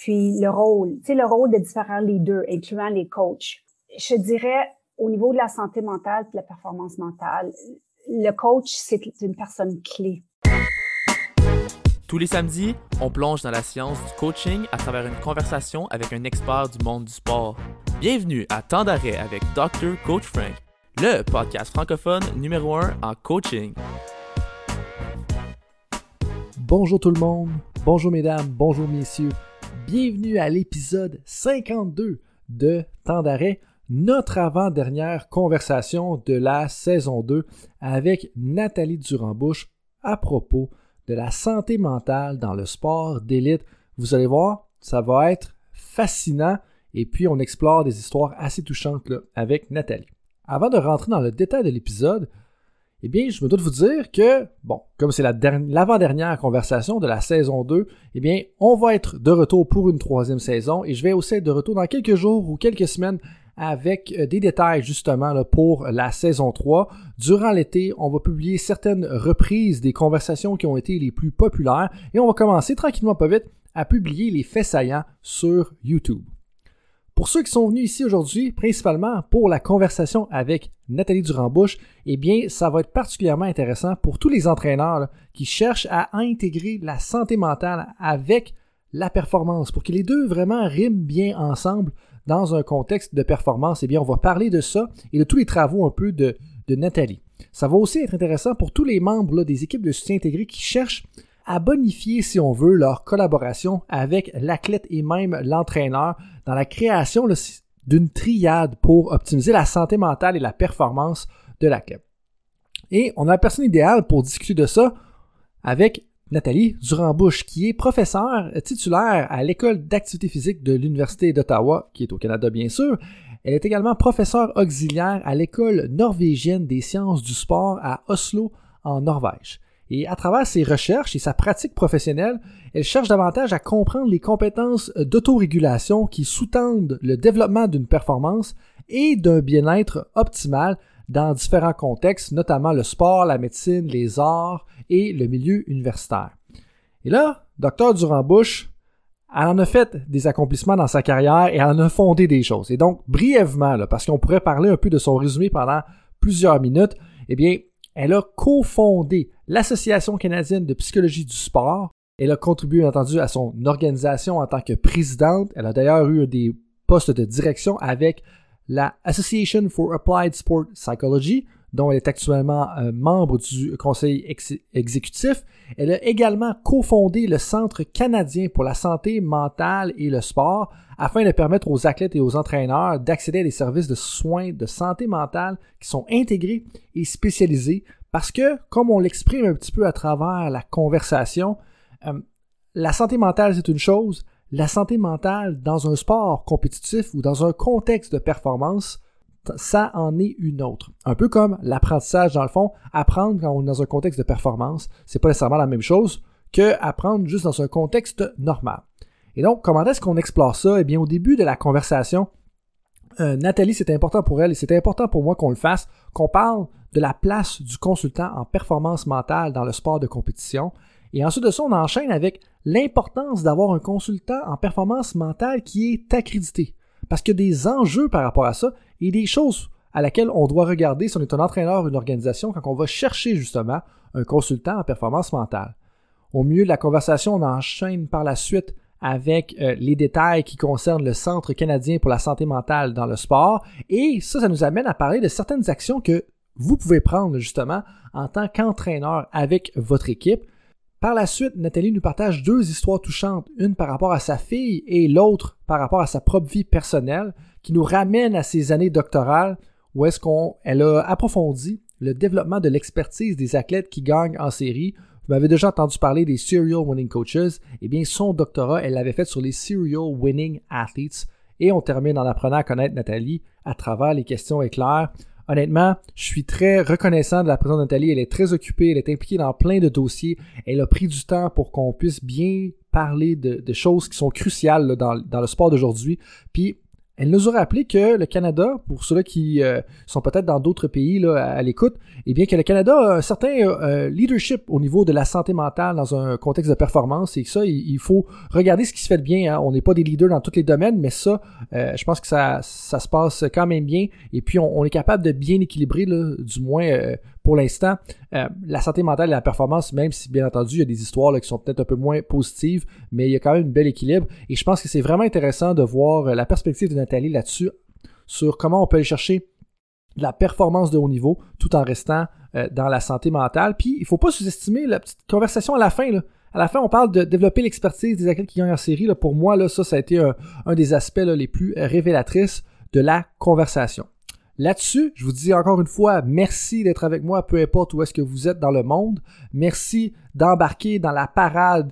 puis le rôle de différents leaders, incluant les coachs. Je dirais, au niveau de la santé mentale et de la performance mentale, le coach, c'est une personne clé. Tous les samedis, on plonge dans la science du coaching à travers une conversation avec un expert du monde du sport. Bienvenue à Temps d'arrêt avec Dr. Coach Frank, le podcast francophone numéro 1 en coaching. Bonjour tout le monde, bonjour mesdames, bonjour messieurs. Bienvenue à l'épisode 52 de Temps d'arrêt, notre avant-dernière conversation de la saison 2 avec Nathalie Durand-Bush à propos de la santé mentale dans le sport d'élite. Vous allez voir, ça va être fascinant et puis on explore des histoires assez touchantes là, avec Nathalie. Avant de rentrer dans le détail de l'épisode, eh bien, je me dois de vous dire que, bon, comme c'est l'avant-dernière conversation de la saison 2, eh bien, on va être de retour pour une troisième saison et je vais aussi être de retour dans quelques jours ou quelques semaines avec des détails justement là, pour la saison 3. Durant l'été, on va publier certaines reprises des conversations qui ont été les plus populaires et on va commencer tranquillement pas vite à publier les faits saillants sur YouTube. Pour ceux qui sont venus ici aujourd'hui, principalement pour la conversation avec Nathalie Durand-Bush, eh bien, ça va être particulièrement intéressant pour tous les entraîneurs là, qui cherchent à intégrer la santé mentale avec la performance, pour que les deux vraiment riment bien ensemble dans un contexte de performance. Eh bien, on va parler de ça et de tous les travaux un peu de Nathalie. Ça va aussi être intéressant pour tous les membres là, des équipes de soutien intégré qui cherchent à bonifier, si on veut, leur collaboration avec l'athlète et même l'entraîneur dans la création là, d'une triade pour optimiser la santé mentale et la performance de l'athlète. Et on a la personne idéale pour discuter de ça avec Nathalie Durand-Bush, qui est professeure titulaire à l'École d'activité physique de l'Université d'Ottawa, qui est au Canada bien sûr. Elle est également professeure auxiliaire à l'École norvégienne des sciences du sport à Oslo, en Norvège. Et à travers ses recherches et sa pratique professionnelle, elle cherche davantage à comprendre les compétences d'autorégulation qui sous-tendent le développement d'une performance et d'un bien-être optimal dans différents contextes, notamment le sport, la médecine, les arts et le milieu universitaire. Et là, Dr. Durand-Bush, elle en a fait des accomplissements dans sa carrière et elle en a fondé des choses. Et donc, brièvement, là, parce qu'on pourrait parler un peu de son résumé pendant plusieurs minutes, eh bien, elle a cofondé l'Association canadienne de psychologie du sport. Elle a contribué, bien entendu, à son organisation en tant que présidente. Elle a d'ailleurs eu des postes de direction avec la Association for Applied Sport Psychology, dont elle est actuellement membre du conseil exécutif. Elle a également cofondé le Centre canadien pour la santé mentale et le sport afin de permettre aux athlètes et aux entraîneurs d'accéder à des services de soins de santé mentale qui sont intégrés et spécialisés parce que, comme on l'exprime un petit peu à travers la conversation, la santé mentale c'est une chose, la santé mentale dans un sport compétitif ou dans un contexte de performance, ça en est une autre. Un peu comme l'apprentissage, dans le fond, apprendre quand on est dans un contexte de performance, c'est pas nécessairement la même chose que apprendre juste dans un contexte normal. Et donc, comment est-ce qu'on explore ça? Eh bien, au début de la conversation, Nathalie, c'est important pour elle et c'est important pour moi qu'on le fasse, qu'on parle de la place du consultant en performance mentale dans le sport de compétition. Et ensuite de ça, on enchaîne avec l'importance d'avoir un consultant en performance mentale qui est accrédité. Parce qu'il y a des enjeux par rapport à ça et des choses à laquelle on doit regarder si on est un entraîneur ou une organisation quand on va chercher justement un consultant en performance mentale. Au milieu de la conversation, on enchaîne par la suite avec les détails qui concernent le Centre canadien pour la santé mentale dans le sport. Et ça nous amène à parler de certaines actions que vous pouvez prendre justement en tant qu'entraîneur avec votre équipe. Par la suite, Nathalie nous partage deux histoires touchantes, une par rapport à sa fille et l'autre par rapport à sa propre vie personnelle, qui nous ramène à ses années doctorales où est-ce qu'elle a approfondi le développement de l'expertise des athlètes qui gagnent en série. Vous m'avez déjà entendu parler des Serial Winning Coaches. Eh bien, son doctorat, elle l'avait fait sur les Serial Winning Athletes. Et on termine en apprenant à connaître Nathalie à travers les questions éclairs. Honnêtement, je suis très reconnaissant de la présence de Nathalie. Elle est très occupée, elle est impliquée dans plein de dossiers. Elle a pris du temps pour qu'on puisse bien parler de choses qui sont cruciales là, dans le sport d'aujourd'hui. Puis, Elle nous a rappelé que le Canada, pour ceux-là qui sont peut-être dans d'autres pays là, à l'écoute, eh bien que le Canada a un certain leadership au niveau de la santé mentale dans un contexte de performance et que ça, il faut regarder ce qui se fait de bien. Hein. On n'est pas des leaders dans tous les domaines, mais ça, je pense que ça se passe quand même bien et puis on est capable de bien équilibrer, là, du moins pour l'instant, la santé mentale et la performance, même si bien entendu il y a des histoires là, qui sont peut-être un peu moins positives, mais il y a quand même un bel équilibre et je pense que c'est vraiment intéressant de voir la perspective de Nathalie là-dessus, sur comment on peut aller chercher de la performance de haut niveau tout en restant dans la santé mentale. Puis il ne faut pas sous-estimer la petite conversation à la fin, là. À la fin, on parle de développer l'expertise des athlètes qui gagnent en série. Là, pour moi, là, ça a été un des aspects là, les plus révélatrices de la conversation. Là-dessus, je vous dis encore une fois, merci d'être avec moi, peu importe où est-ce que vous êtes dans le monde. Merci d'embarquer dans la parade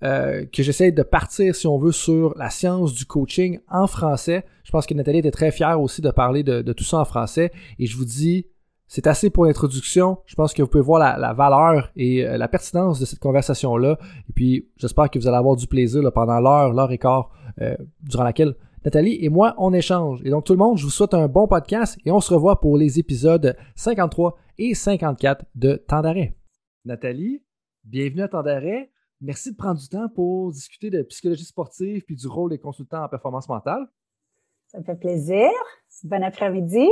que j'essaie de partir, si on veut, sur la science du coaching en français. Je pense que Nathalie était très fière aussi de parler de tout ça en français. Et je vous dis, c'est assez pour l'introduction. Je pense que vous pouvez voir la valeur et la pertinence de cette conversation-là. Et puis, j'espère que vous allez avoir du plaisir là, pendant l'heure et quart, durant laquelle Nathalie et moi, on échange. Et donc, tout le monde, je vous souhaite un bon podcast et on se revoit pour les épisodes 53 et 54 de Temps d'arrêt. Nathalie, bienvenue à Temps d'arrêt. Merci de prendre du temps pour discuter de psychologie sportive puis du rôle des consultants en performance mentale. Ça me fait plaisir. Bon après-midi.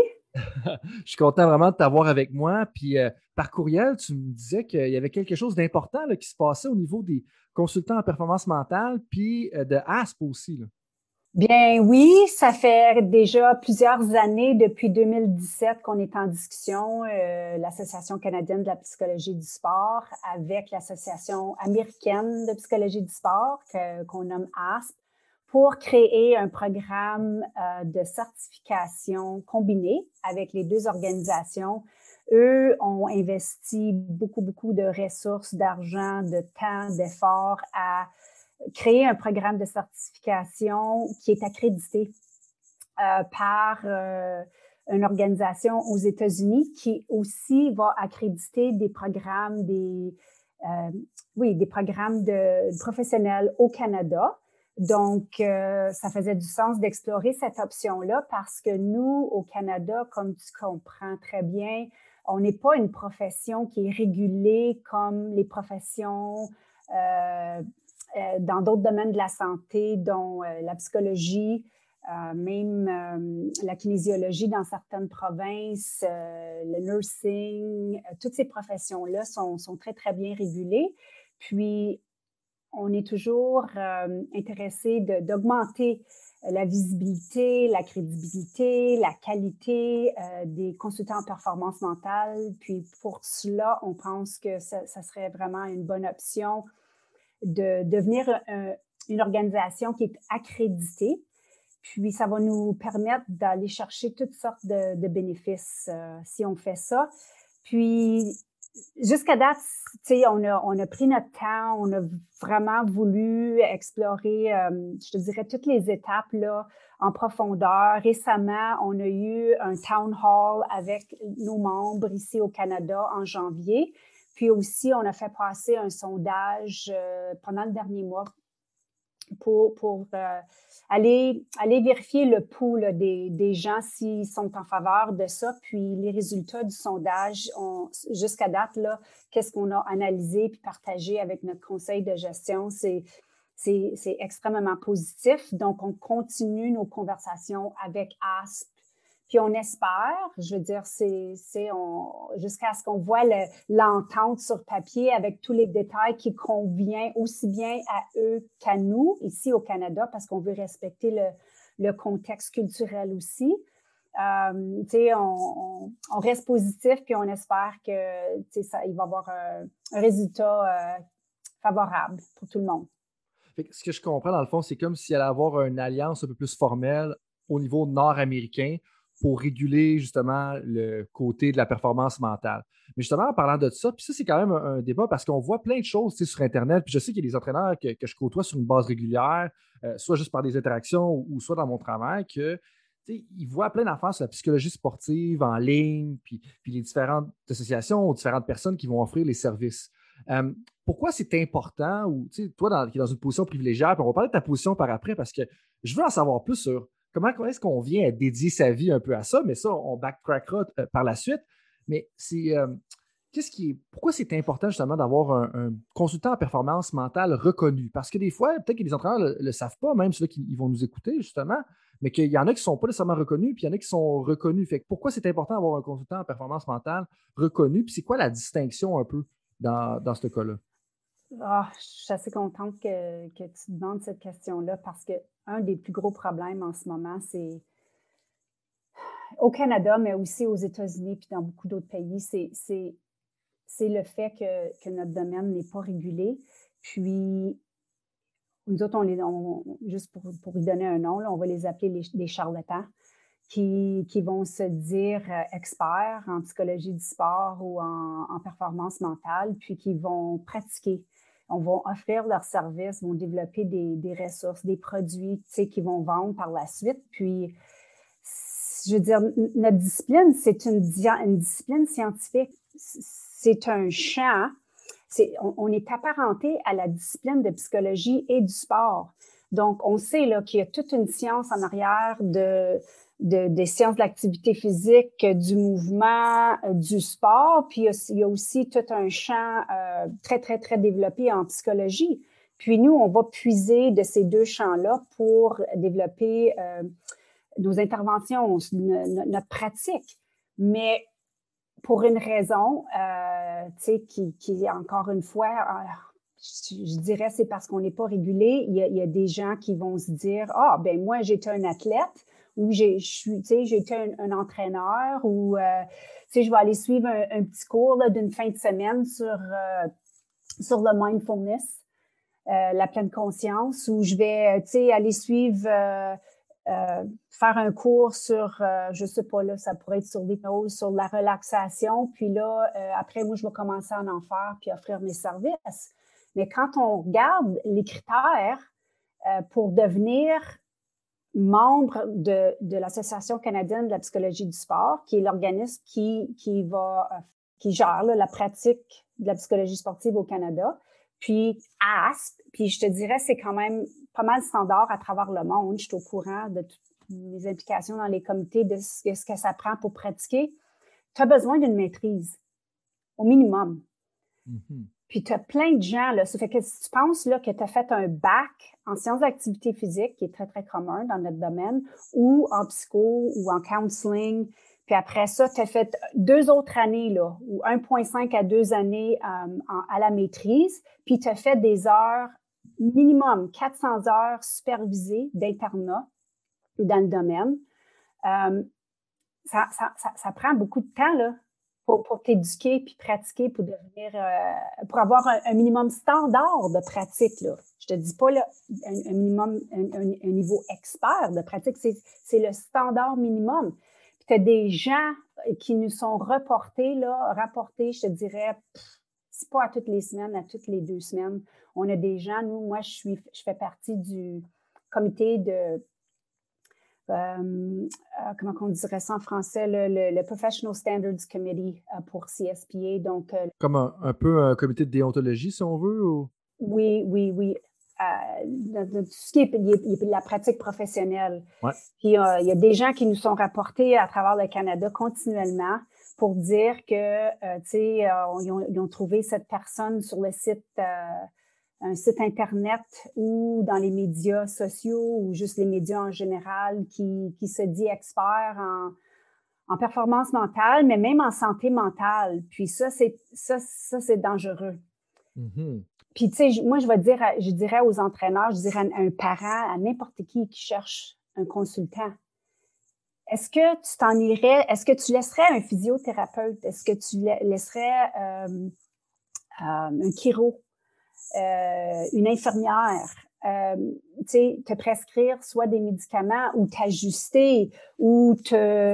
Je suis content vraiment de t'avoir avec moi. Puis par courriel, tu me disais qu'il y avait quelque chose d'important là, qui se passait au niveau des consultants en performance mentale puis de ASP aussi. Là. Bien oui, ça fait déjà plusieurs années, depuis 2017, qu'on est en discussion, l'Association canadienne de la psychologie du sport avec l'Association américaine de psychologie du sport, qu'on nomme ASP, pour créer un programme de certification combiné avec les deux organisations. Eux ont investi beaucoup de ressources, d'argent, de temps, d'efforts à créer un programme de certification qui est accrédité par une organisation aux États-Unis qui aussi va accréditer des programmes, des programmes de professionnels au Canada. Donc, ça faisait du sens d'explorer cette option-là parce que nous, au Canada, comme tu comprends très bien, on n'est pas une profession qui est régulée comme les professions dans d'autres domaines de la santé, dont la psychologie, même la kinésiologie dans certaines provinces, le nursing, toutes ces professions-là sont très, très bien régulées. Puis, on est toujours intéressé d'augmenter la visibilité, la crédibilité, la qualité des consultants en performance mentale. Puis, pour cela, on pense que ça serait vraiment une bonne option de devenir une organisation qui est accréditée. Puis, ça va nous permettre d'aller chercher toutes sortes de bénéfices si on fait ça. Puis, jusqu'à date, tu sais, on a pris notre temps, on a vraiment voulu explorer, je te dirais, toutes les étapes là, en profondeur. Récemment, on a eu un town hall avec nos membres ici au Canada en janvier. Puis aussi, on a fait passer un sondage pendant le dernier mois pour aller vérifier le pouls là, des gens s'ils sont en faveur de ça. Puis les résultats du sondage, jusqu'à date, là, qu'est-ce qu'on a analysé puis partagé avec notre conseil de gestion, c'est extrêmement positif. Donc, on continue nos conversations avec ASP. Puis on espère, je veux dire, jusqu'à ce qu'on voit l'entente sur papier avec tous les détails qui convient aussi bien à eux qu'à nous, ici au Canada, parce qu'on veut respecter le contexte culturel aussi. Tu sais, on reste positif, puis on espère que, tu sais, il va y avoir un résultat favorable pour tout le monde. Fait que ce que je comprends, dans le fond, c'est comme s'il allait y avoir une alliance un peu plus formelle au niveau nord-américain pour réguler justement le côté de la performance mentale. Mais justement, en parlant de ça, puis ça, c'est quand même un débat parce qu'on voit plein de choses sur Internet, puis je sais qu'il y a des entraîneurs que je côtoie sur une base régulière, soit juste par des interactions ou soit dans mon travail, ils voient plein d'affaires sur la psychologie sportive en ligne, puis les différentes associations ou différentes personnes qui vont offrir les services. Pourquoi c'est important, ou toi qui es dans une position privilégiée, puis on va parler de ta position par après, parce que je veux en savoir plus sur comment est-ce qu'on vient à dédier sa vie un peu à ça? Mais ça, on backtrackera par la suite. Mais c'est pourquoi c'est important justement d'avoir un consultant en performance mentale reconnu? Parce que des fois, peut-être que les entraîneurs ne le savent pas, même ceux qui vont nous écouter justement, mais qu'il y en a qui ne sont pas nécessairement reconnus, puis il y en a qui sont reconnus. Fait que pourquoi c'est important d'avoir un consultant en performance mentale reconnu? Puis c'est quoi la distinction un peu dans ce cas-là? Je suis assez contente que tu demandes cette question-là parce qu'un des plus gros problèmes en ce moment, c'est au Canada, mais aussi aux États-Unis puis dans beaucoup d'autres pays, c'est le fait que notre domaine n'est pas régulé. Puis, nous autres, juste pour y donner un nom, là, on va les appeler des charlatans qui vont se dire experts en psychologie du sport ou en performance mentale, puis qui vont pratiquer. On va offrir leurs services, vont développer des ressources, des produits qu'ils vont vendre par la suite. Puis, je veux dire, notre discipline, c'est une discipline scientifique. C'est un champ. On est apparenté à la discipline de psychologie et du sport. Donc, on sait là, qu'il y a toute une science en arrière des sciences de l'activité physique, du mouvement, du sport. Puis, il y a aussi tout un champ très, très, très développé en psychologie. Puis, nous, on va puiser de ces deux champs-là pour développer nos interventions, notre pratique. Mais pour une raison, qui encore une fois, je dirais, c'est parce qu'on n'est pas régulé. Il y a des gens qui vont se dire, ben moi, j'étais un athlète ou j'ai été un entraîneur ou, je vais aller suivre un petit cours là, d'une fin de semaine sur le mindfulness, la pleine conscience, ou je vais, aller suivre faire un cours sur, je sais pas, là, ça pourrait être sur l'hypnose, sur la relaxation. Puis là, après, moi, je vais commencer à en faire puis offrir mes services. Mais quand on regarde les critères pour devenir membre de l'Association canadienne de la psychologie du sport, qui est l'organisme qui gère là, la pratique de la psychologie sportive au Canada, puis ASP, puis je te dirais, c'est quand même pas mal standard à travers le monde. Je suis au courant de toutes les implications dans les comités, de ce que ça prend pour pratiquer. Tu as besoin d'une maîtrise, au minimum. Mm-hmm. Puis tu as plein de gens, là. Ça fait que si tu penses là, que tu as fait un bac en sciences d'activité physique, qui est très, très commun dans notre domaine, ou en psycho, ou en counseling, puis après ça, tu as fait 2 autres années, là, ou 1,5 à 2 années à la maîtrise, puis tu as fait des heures minimum 400 heures supervisées d'internat dans le domaine. Ça prend beaucoup de temps là, pour t'éduquer puis pratiquer pour devenir, pour avoir un minimum standard de pratique. Là. Je te dis pas là, un minimum, un niveau expert de pratique, c'est le standard minimum. Puis tu as des gens qui nous sont rapportés, je te dirais, c'est pas à toutes les semaines, à toutes les 2 semaines. On a des gens, moi, je fais partie du comité de, comment on dirait ça en français, le Professional Standards Committee pour CSPA. Donc, comme un peu un comité de déontologie, si on veut? Ou? Oui. Tout ce qui est de la pratique professionnelle. Ouais. Puis, il y a des gens qui nous sont rapportés à travers le Canada continuellement pour dire que, ils ont trouvé cette personne sur le site, un site Internet ou dans les médias sociaux ou juste les médias en général qui se dit expert en performance mentale, mais même en santé mentale. Puis ça, c'est dangereux. Mm-hmm. Puis, tu sais, moi, je dirais aux entraîneurs, je dirais à un parent, à n'importe qui cherche un consultant. Est-ce que tu t'en irais, est-ce que tu laisserais un physiothérapeute? Est-ce que tu laisserais un chiro, une infirmière, te prescrire soit des médicaments ou t'ajuster ou te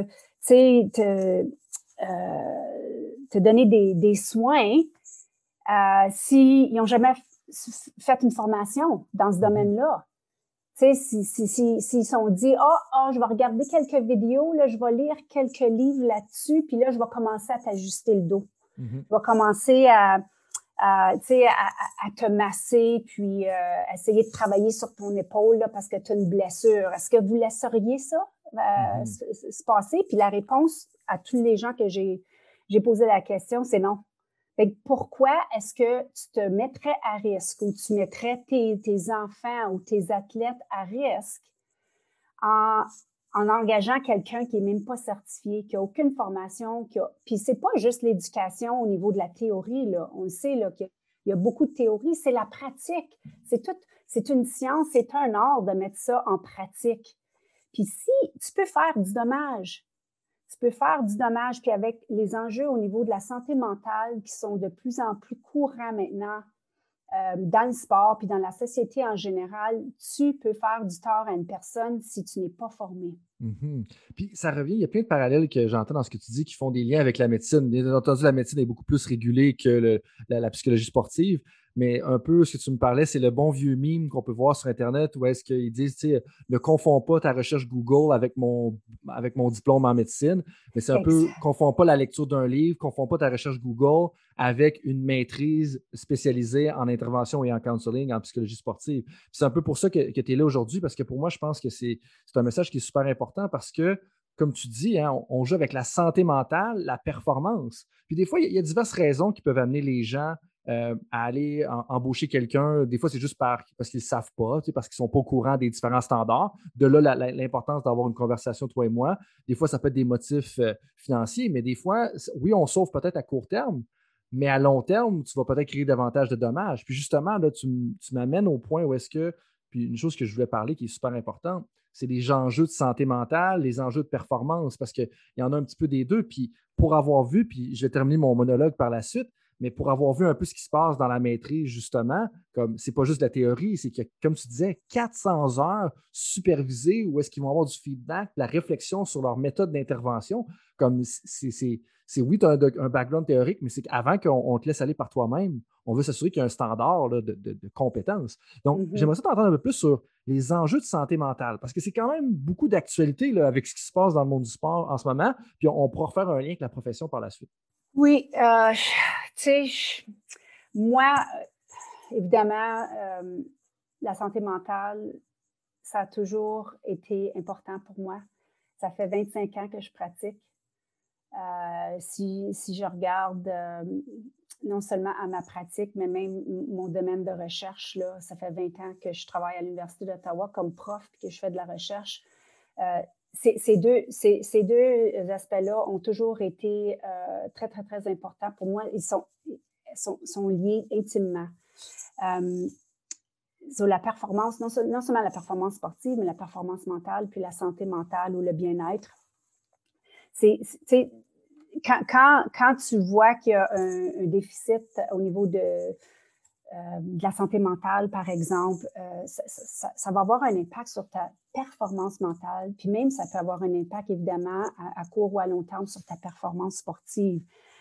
donner des soins s'ils n'ont jamais fait une formation dans ce domaine-là? Tu sais, s'ils sont dit, je vais regarder quelques vidéos, là, je vais lire quelques livres là-dessus, puis là, je vais commencer à t'ajuster le dos. Mm-hmm. Je vais commencer à à te masser, puis essayer de travailler sur ton épaule là, parce que tu as une blessure. Est-ce que vous laisseriez ça se passer? Puis la réponse à tous les gens que j'ai posé la question, c'est non. Fait que pourquoi est-ce que tu te mettrais à risque ou tu mettrais tes enfants ou tes athlètes à risque en engageant quelqu'un qui n'est même pas certifié, qui n'a aucune formation, puis c'est pas juste l'éducation au niveau de la théorie, là. On le sait là, qu'il y a beaucoup de théorie, c'est la pratique. C'est une science, c'est un art de mettre ça en pratique. Puis si tu peux faire du dommage, puis avec les enjeux au niveau de la santé mentale qui sont de plus en plus courants maintenant, dans le sport puis dans la société en général, tu peux faire du tort à une personne si tu n'es pas formé. Mm-hmm. Puis ça revient, il y a plein de parallèles que j'entends dans ce que tu dis qui font des liens avec la médecine. Bien entendu, la médecine est beaucoup plus régulée que la psychologie sportive, mais un peu ce que tu me parlais, c'est le bon vieux meme qu'on peut voir sur Internet où est-ce qu'ils disent, tu sais, ne confonds pas ta recherche Google avec mon diplôme en médecine, mais c'est un peu, confonds pas la lecture d'un livre, confonds pas ta recherche Google avec une maîtrise spécialisée en intervention et en counseling, en psychologie sportive. Puis c'est un peu pour ça que tu es là aujourd'hui, parce que pour moi, je pense que c'est un message qui est super important parce que, comme tu dis, hein, on joue avec la santé mentale, la performance. Puis des fois, il y a diverses raisons qui peuvent amener les gens à aller embaucher quelqu'un. Des fois, c'est juste parce qu'ils ne savent pas, parce qu'ils ne sont pas au courant des différents standards. De là, l'importance d'avoir une conversation, toi et moi. Des fois, ça peut être des motifs financiers, mais des fois, oui, on sauve peut-être à court terme, mais à long terme, tu vas peut-être créer davantage de dommages. Puis justement, là, tu m'amènes au point où est-ce que, puis une chose que je voulais parler qui est super importante, c'est les enjeux de santé mentale, les enjeux de performance, parce qu'il y en a un petit peu des deux. Puis pour avoir vu, puis je vais terminer mon monologue par la suite, mais pour avoir vu un peu ce qui se passe dans la maîtrise, justement, comme c'est pas juste de la théorie, c'est que, comme tu disais, 400 heures supervisées où est-ce qu'ils vont avoir du feedback, la réflexion sur leur méthode d'intervention. Comme oui, tu as un background théorique, mais c'est qu'avant qu'on te laisse aller par toi-même, on veut s'assurer qu'il y a un standard là, de compétences. Donc, j'aimerais ça t'entendre un peu plus sur les enjeux de santé mentale, parce que c'est quand même beaucoup d'actualité là, avec ce qui se passe dans le monde du sport en ce moment, puis on pourra refaire un lien avec la profession par la suite. Oui, tu sais, moi, évidemment, la santé mentale, ça a toujours été important pour moi. Ça fait 25 ans que je pratique. Si je regarde non seulement à ma pratique, mais même mon domaine de recherche, là, ça fait 20 ans que je travaille à l'Université d'Ottawa comme prof et que je fais de la recherche. Ces deux aspects-là ont toujours été très, très, très importants pour moi. Ils sont liés intimement. Sur la performance, non seulement la performance sportive, mais la performance mentale, puis la santé mentale ou le bien-être. Quand tu vois qu'il y a un déficit au niveau de la santé mentale, par exemple, ça va avoir un impact sur ta performance mentale, puis même ça peut avoir un impact, évidemment, à court ou à long terme sur ta performance sportive.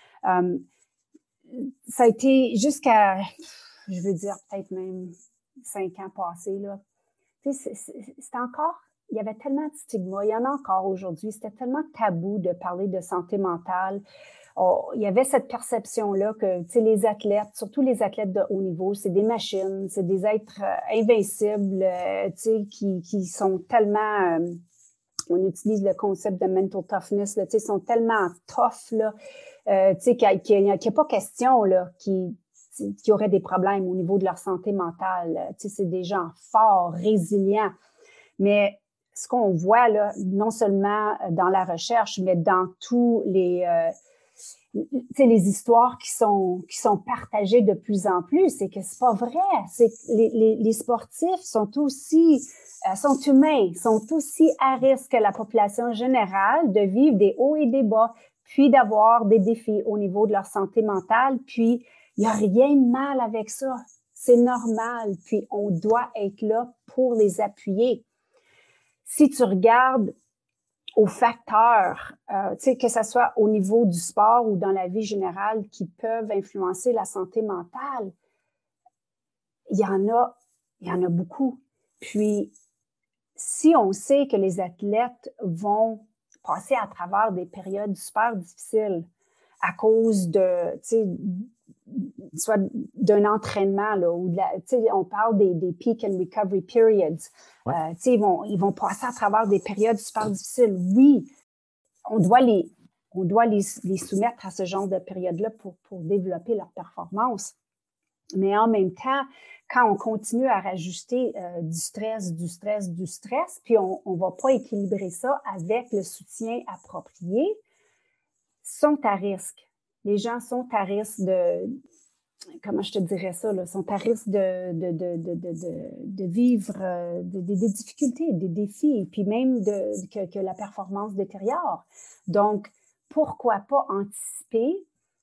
Ça a été jusqu'à, je veux dire, peut-être même 5 ans passés, là. Tu sais, c'est encore, il y avait tellement de stigma, il y en a encore aujourd'hui, c'était tellement tabou de parler de santé mentale. Il y avait cette perception-là que, tu sais, les athlètes, surtout les athlètes de haut niveau, c'est des machines, c'est des êtres invincibles, tu sais, qui sont tellement, on utilise le concept de mental toughness, là, tu sais, sont tellement tough, là, tu sais, qu'il n'y a pas question, là, qui auraient des problèmes au niveau de leur santé mentale. Tu sais, c'est des gens forts, résilients. Mais ce qu'on voit, là, non seulement dans la recherche, mais dans tous les histoires qui sont partagées de plus en plus, c'est que c'est pas vrai. C'est que les sportifs sont humains, sont aussi à risque que la population générale de vivre des hauts et des bas, puis d'avoir des défis au niveau de leur santé mentale, puis il n'y a rien de mal avec ça. C'est normal, puis on doit être là pour les appuyer. Si tu regardes aux facteurs, tu sais, que ce soit au niveau du sport ou dans la vie générale qui peuvent influencer la santé mentale, il y en a beaucoup. Puis, si on sait que les athlètes vont passer à travers des périodes super difficiles à cause de, tu sais, soit d'un entraînement, là, ou on parle des peak and recovery periods. Ouais. Ils vont passer à travers des périodes super difficiles. Oui, on doit les soumettre à ce genre de période-là pour développer leur performance. Mais en même temps, quand on continue à rajouter du stress, puis on ne va pas équilibrer ça avec le soutien approprié, sont à risque. Les gens sont à risque comment je te dirais ça, là, sont à risque de vivre des difficultés, des défis, et puis même que la performance détériore. Donc, pourquoi pas anticiper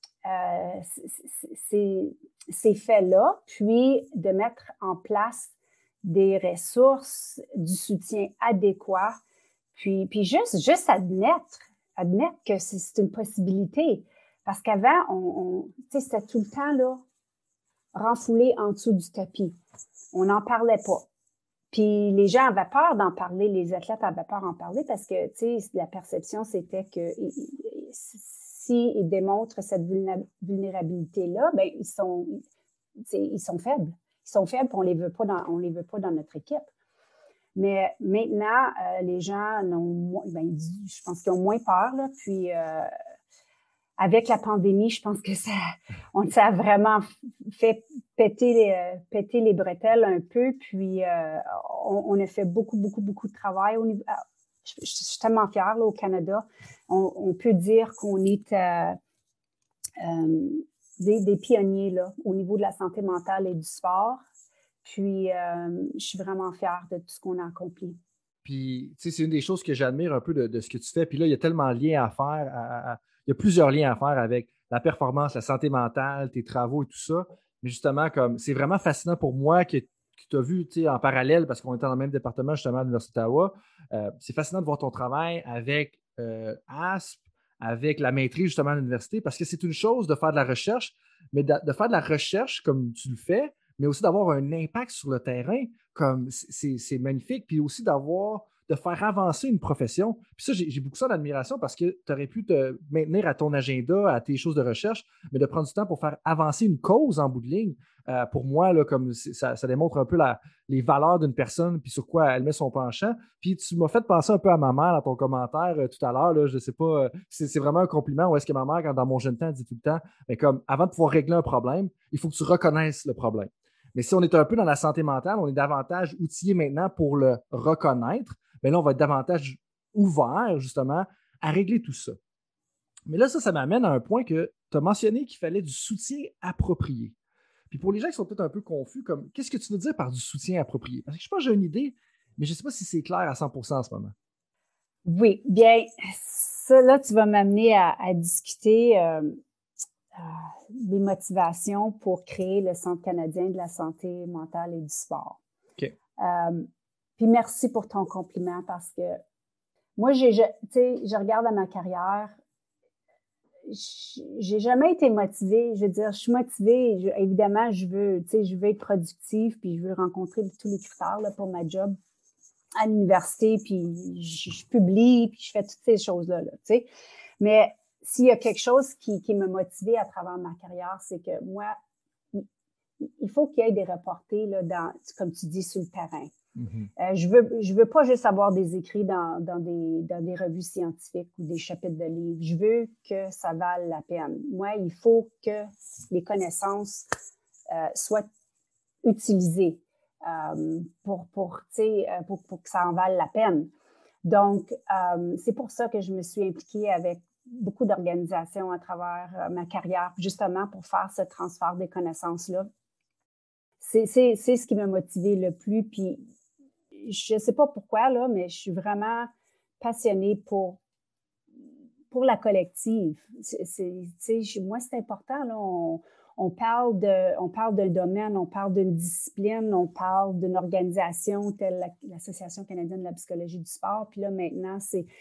ces faits-là, puis de mettre en place des ressources, du soutien adéquat, puis juste admettre que c'est une possibilité. Parce qu'avant, c'était tout le temps là, renfoulé en dessous du tapis. On n'en parlait pas. Puis les gens avaient peur d'en parler, les athlètes avaient peur d'en parler parce que, la perception, c'était que s'ils démontrent cette vulnérabilité-là, ben ils sont faibles. Ils sont faibles, puis on les veut pas dans notre équipe. Mais maintenant, les gens je pense qu'ils ont moins peur, là, puis avec la pandémie, je pense que ça a vraiment fait péter les bretelles un peu. Puis, on a fait beaucoup de travail au niveau. Je suis tellement fière là, au Canada. On peut dire qu'on est des pionniers là, au niveau de la santé mentale et du sport. Puis, je suis vraiment fière de tout ce qu'on a accompli. Puis, tu sais, c'est une des choses que j'admire un peu de ce que tu fais. Puis là, il y a tellement de liens à faire. Il y a plusieurs liens à faire avec la performance, la santé mentale, tes travaux et tout ça. Mais justement, comme c'est vraiment fascinant pour moi que tu as vu, tu sais, en parallèle, parce qu'on était dans le même département, justement, à l'Université d'Ottawa. C'est fascinant de voir ton travail avec ASP, avec la maîtrise, justement, à l'université, parce que c'est une chose de faire de la recherche, mais de faire de la recherche comme tu le fais, mais aussi d'avoir un impact sur le terrain, comme c'est magnifique. Puis aussi de faire avancer une profession. Puis ça, j'ai beaucoup ça d'admiration parce que tu aurais pu te maintenir à ton agenda, à tes choses de recherche, mais de prendre du temps pour faire avancer une cause en bout de ligne. Pour moi, là, comme ça démontre un peu les valeurs d'une personne puis sur quoi elle met son penchant. Puis tu m'as fait penser un peu à ma mère dans ton commentaire tout à l'heure. Là, je ne sais pas, c'est vraiment un compliment. Ou est-ce que ma mère, quand dans mon jeune temps, elle dit tout le temps, mais comme avant de pouvoir régler un problème, il faut que tu reconnaisses le problème. Mais si on est un peu dans la santé mentale, on est davantage outillé maintenant pour le reconnaître. Bien là, on va être davantage ouvert, justement, à régler tout ça. Mais là, ça m'amène à un point que tu as mentionné qu'il fallait du soutien approprié. Puis pour les gens qui sont peut-être un peu confus, comme qu'est-ce que tu veux dire par du soutien approprié? Parce que je pense que j'ai une idée, mais je ne sais pas si c'est clair à 100% en ce moment. Oui, bien, ça, là, tu vas m'amener à discuter des motivations pour créer le Centre canadien de la santé mentale et du sport. OK. Puis merci pour ton compliment parce que moi, je regarde à ma carrière, j'ai jamais été motivée. Je veux dire, je suis motivée. Évidemment, je veux être productive puis je veux rencontrer tous les critères là, pour ma job à l'université puis je publie puis je fais toutes ces choses-là, tu sais. Mais s'il y a quelque chose qui m'a motivée à travers ma carrière, c'est que moi, il faut qu'il y ait des reportés là, comme tu dis, sur le terrain. Mm-hmm. Je veux pas juste avoir des écrits dans des revues scientifiques ou des chapitres de livres. Je veux que ça vale la peine. Moi, il faut que les connaissances soient utilisées pour que ça en vale la peine. Donc, c'est pour ça que je me suis impliquée avec beaucoup d'organisations à travers ma carrière, justement pour faire ce transfert des connaissances-là. C'est ce qui m'a motivée le plus. Puis, je ne sais pas pourquoi, là, mais je suis vraiment passionnée pour la collective. Moi, c'est important. Là, on parle d'un domaine, on parle d'une discipline, on parle d'une organisation telle l'Association canadienne de la psychologie du sport. Puis là, maintenant,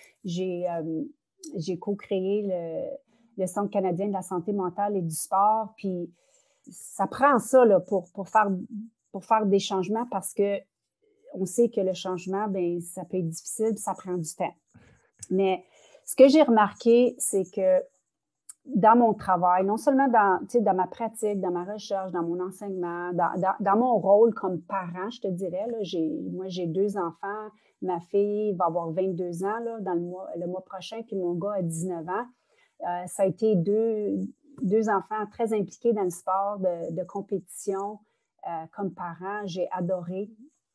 j'ai co-créé le Centre canadien de la santé mentale et du sport. Puis ça prend ça là, pour faire des changements parce que on sait que le changement, bien, ça peut être difficile, ça prend du temps. Mais ce que j'ai remarqué, c'est que dans mon travail, non seulement dans ma pratique, dans ma recherche, dans mon enseignement, dans mon rôle comme parent, je te dirais, là, moi, j'ai 2 enfants. Ma fille va avoir 22 ans là, dans le mois prochain, puis mon gars a 19 ans. Ça a été deux enfants très impliqués dans le sport de compétition. Comme parent, j'ai adoré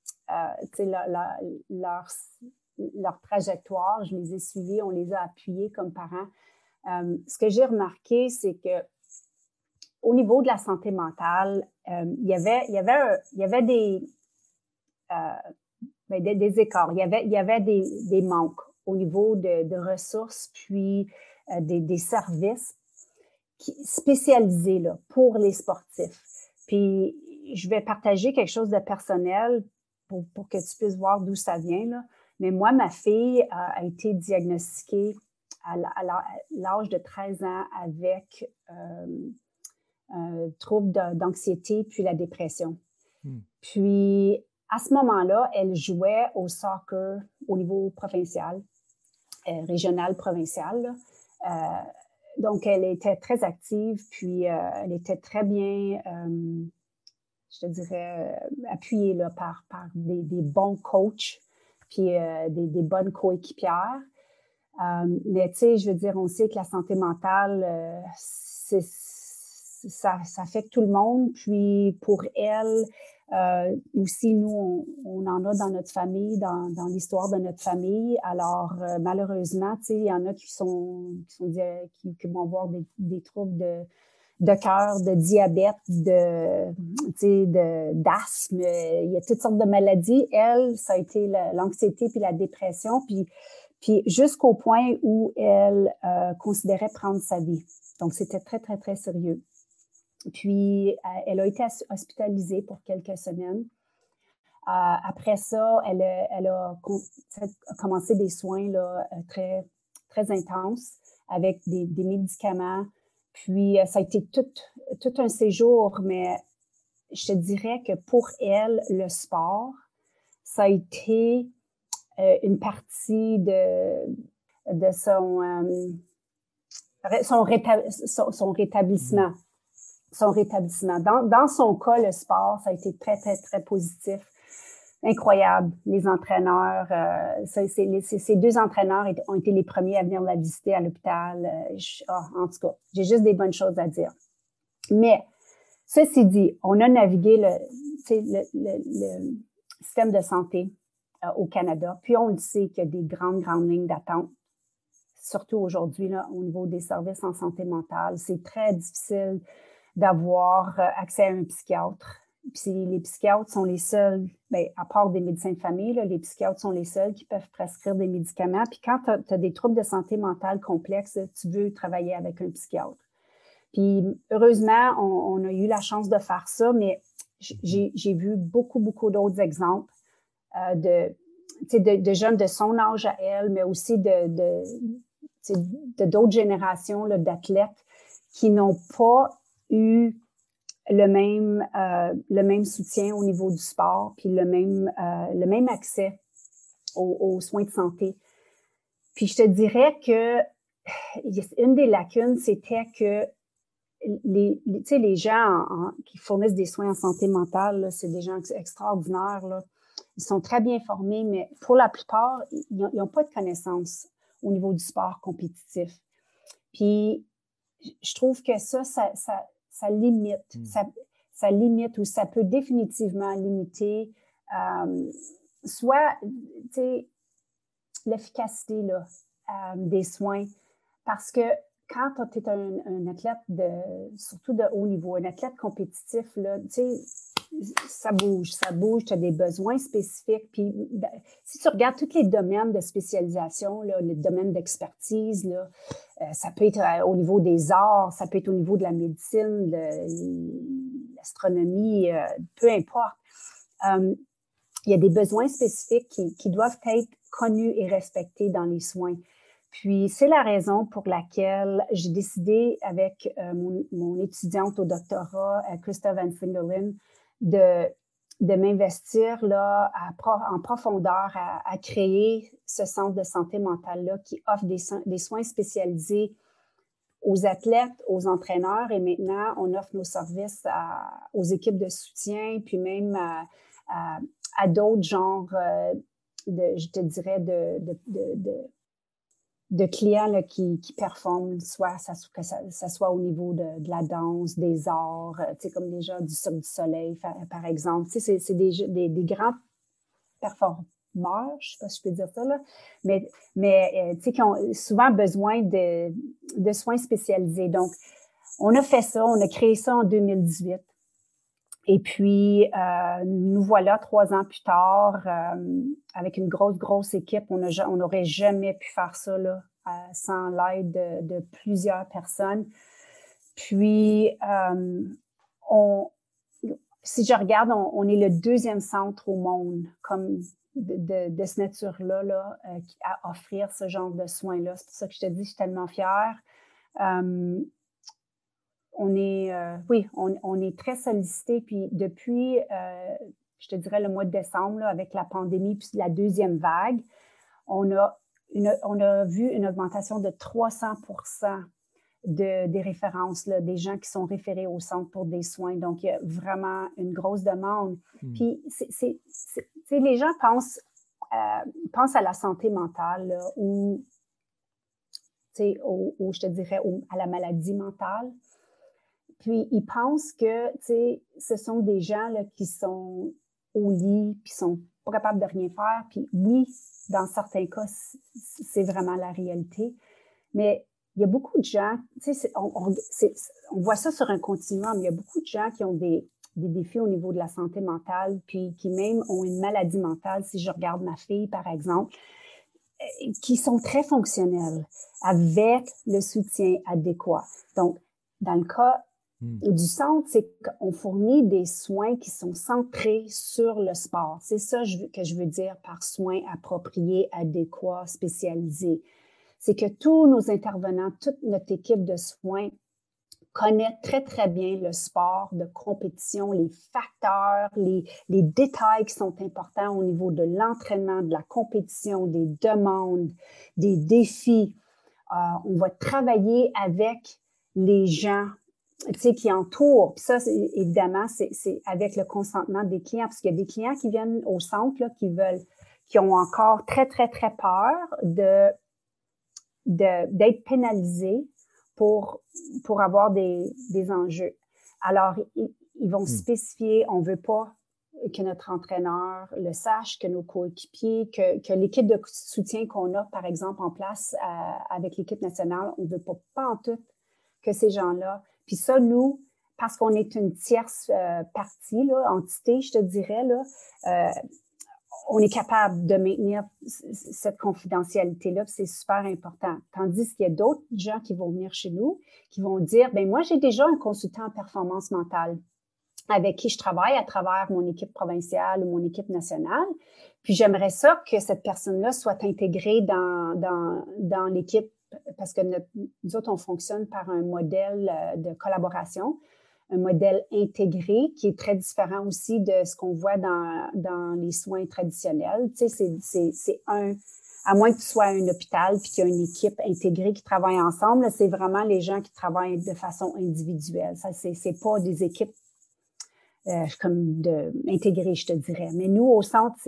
leur trajectoire. Je les ai suivis, on les a appuyés comme parents. Ce que j'ai remarqué, c'est que au niveau de la santé mentale, il y avait des écarts, il y avait des manques au niveau de ressources, puis des services spécialisés là, pour les sportifs. Puis, je vais partager quelque chose de personnel pour que tu puisses voir d'où ça vient, là. Mais moi, ma fille a été diagnostiquée à l'âge de 13 ans avec un trouble d'anxiété puis la dépression. Puis, à ce moment-là, elle jouait au soccer au niveau provincial, régional, provincial. Donc, elle était très active, puis elle était très bien, je te dirais, appuyée là, par des bons coachs, puis des bonnes coéquipières. Mais tu sais, je veux dire, on sait que la santé mentale, ça affecte tout le monde. Puis pour elle, aussi, nous, on en a dans notre famille, dans l'histoire de notre famille. Alors, malheureusement, tu sais, il y en a qui vont avoir des troubles de cœur, de diabète, d'asthme. Il y a toutes sortes de maladies. Elle, ça a été l'anxiété puis la dépression. Puis jusqu'au point où elle considérait prendre sa vie. Donc, c'était très, très, très sérieux. Puis, elle a été hospitalisée pour quelques semaines. Après ça, elle a commencé des soins là, très, très intenses avec des médicaments. Puis, ça a été tout un séjour, mais je te dirais que pour elle, le sport, ça a été une partie de son rétablissement. Son rétablissement. Dans son cas, le sport, ça a été très, très, très positif. Incroyable. Les entraîneurs, ces 2 entraîneurs ont été les premiers à venir la visiter à l'hôpital. En tout cas, j'ai juste des bonnes choses à dire. Mais, ceci dit, on a navigué le système de santé au Canada. Puis, on le sait qu'il y a des grandes, grandes lignes d'attente. Surtout aujourd'hui, là, au niveau des services en santé mentale. C'est très difficile d'avoir accès à un psychiatre. Puis les psychiatres sont les seuls, à part des médecins de famille, là, les psychiatres sont les seuls qui peuvent prescrire des médicaments. Puis quand tu as des troubles de santé mentale complexes, tu veux travailler avec un psychiatre. Puis heureusement, on a eu la chance de faire ça, mais j'ai vu beaucoup, beaucoup d'autres exemples de jeunes de son âge à elle, mais aussi de d'autres générations là, d'athlètes qui n'ont pas eu le même soutien au niveau du sport, puis le même accès aux soins de santé. Puis je te dirais que une des lacunes, c'était que les gens qui fournissent des soins en santé mentale, là, c'est des gens extraordinaires, là. Ils sont très bien formés, mais pour la plupart, ils n'ont pas de connaissances au niveau du sport compétitif. Puis je trouve que ça limite. Ça limite ou ça peut définitivement limiter soit l'efficacité là, des soins. Parce que quand tu es un athlète surtout de haut niveau, un athlète compétitif, là, ça bouge, tu as des besoins spécifiques. Puis, si tu regardes tous les domaines de spécialisation, là, les domaines d'expertise, là, ça peut être au niveau des arts, ça peut être au niveau de la médecine, de l'astronomie, peu importe. Il y a des besoins spécifiques qui doivent être connus et respectés dans les soins. Puis, c'est la raison pour laquelle j'ai décidé avec mon étudiante au doctorat, Krista Van Singerlin, de m'investir là, en profondeur à créer ce centre de santé mentale-là qui offre des soins spécialisés aux athlètes, aux entraîneurs, et maintenant, on offre nos services aux équipes de soutien, puis même à d'autres genres, je te dirais, de clients là, qui performent, que ça soit au niveau de la danse, des arts, comme les gens du Cirque du Soleil, par exemple. C'est des grands performeurs, je ne sais pas si je peux dire ça, là, mais qui ont souvent besoin de soins spécialisés. Donc, on a fait ça, on a créé ça en 2018. Et puis, nous voilà 3 ans plus tard, avec une grosse équipe. On n'aurait jamais pu faire ça là, sans l'aide de plusieurs personnes. Puis, si je regarde, on est le 2e centre au monde comme de cette nature-là là, à offrir ce genre de soins-là. C'est pour ça que je te dis, je suis tellement fière. On est très sollicité. Puis depuis, je te dirais le mois de décembre, là, avec la pandémie puis la 2e vague, on a vu une augmentation de 300% des références, là, des gens qui sont référés au centre pour des soins. Donc, il y a vraiment une grosse demande. Puis, les gens pensent à la santé mentale là, ou, je te dirais, à la maladie mentale. Puis, ils pensent que, ce sont des gens là, qui sont au lit, puis sont pas capables de rien faire. Puis oui, dans certains cas, c'est vraiment la réalité. Mais il y a beaucoup de gens, on voit ça sur un continuum, il y a beaucoup de gens qui ont des défis au niveau de la santé mentale, puis qui même ont une maladie mentale. Si je regarde ma fille, par exemple, qui sont très fonctionnels avec le soutien adéquat. Donc, dans le cas du centre, c'est qu'on fournit des soins qui sont centrés sur le sport. C'est ça que je veux dire par soins appropriés, adéquats, spécialisés. C'est que tous nos intervenants, toute notre équipe de soins connaît très, très bien le sport de compétition, les facteurs, les détails qui sont importants au niveau de l'entraînement, de la compétition, des demandes, des défis. On va travailler avec les gens qui entourent. Puis ça, évidemment, c'est avec le consentement des clients, parce qu'il y a des clients qui viennent au centre là, qui ont encore très, très, très peur d'être pénalisés pour avoir des enjeux. Alors, ils vont spécifier, on ne veut pas que notre entraîneur le sache, que nos coéquipiers, que l'équipe de soutien qu'on a, par exemple, en place avec l'équipe nationale, on ne veut pas en tout que ces gens-là. Puis ça, nous, parce qu'on est une tierce partie, là, entité, je te dirais, là, on est capable de maintenir cette confidentialité-là, puis c'est super important. Tandis qu'il y a d'autres gens qui vont venir chez nous, qui vont dire, bien, moi, j'ai déjà un consultant en performance mentale avec qui je travaille à travers mon équipe provinciale ou mon équipe nationale, puis j'aimerais ça que cette personne-là soit intégrée dans l'équipe, parce que nous autres, on fonctionne par un modèle de collaboration, un modèle intégré qui est très différent aussi de ce qu'on voit dans les soins traditionnels. Tu sais, c'est à moins que tu sois à un hôpital puis qu'il y a une équipe intégrée qui travaille ensemble, là, c'est vraiment les gens qui travaillent de façon individuelle. Ça, c'est pas des équipes comme intégrées, je te dirais. Mais nous, au centre,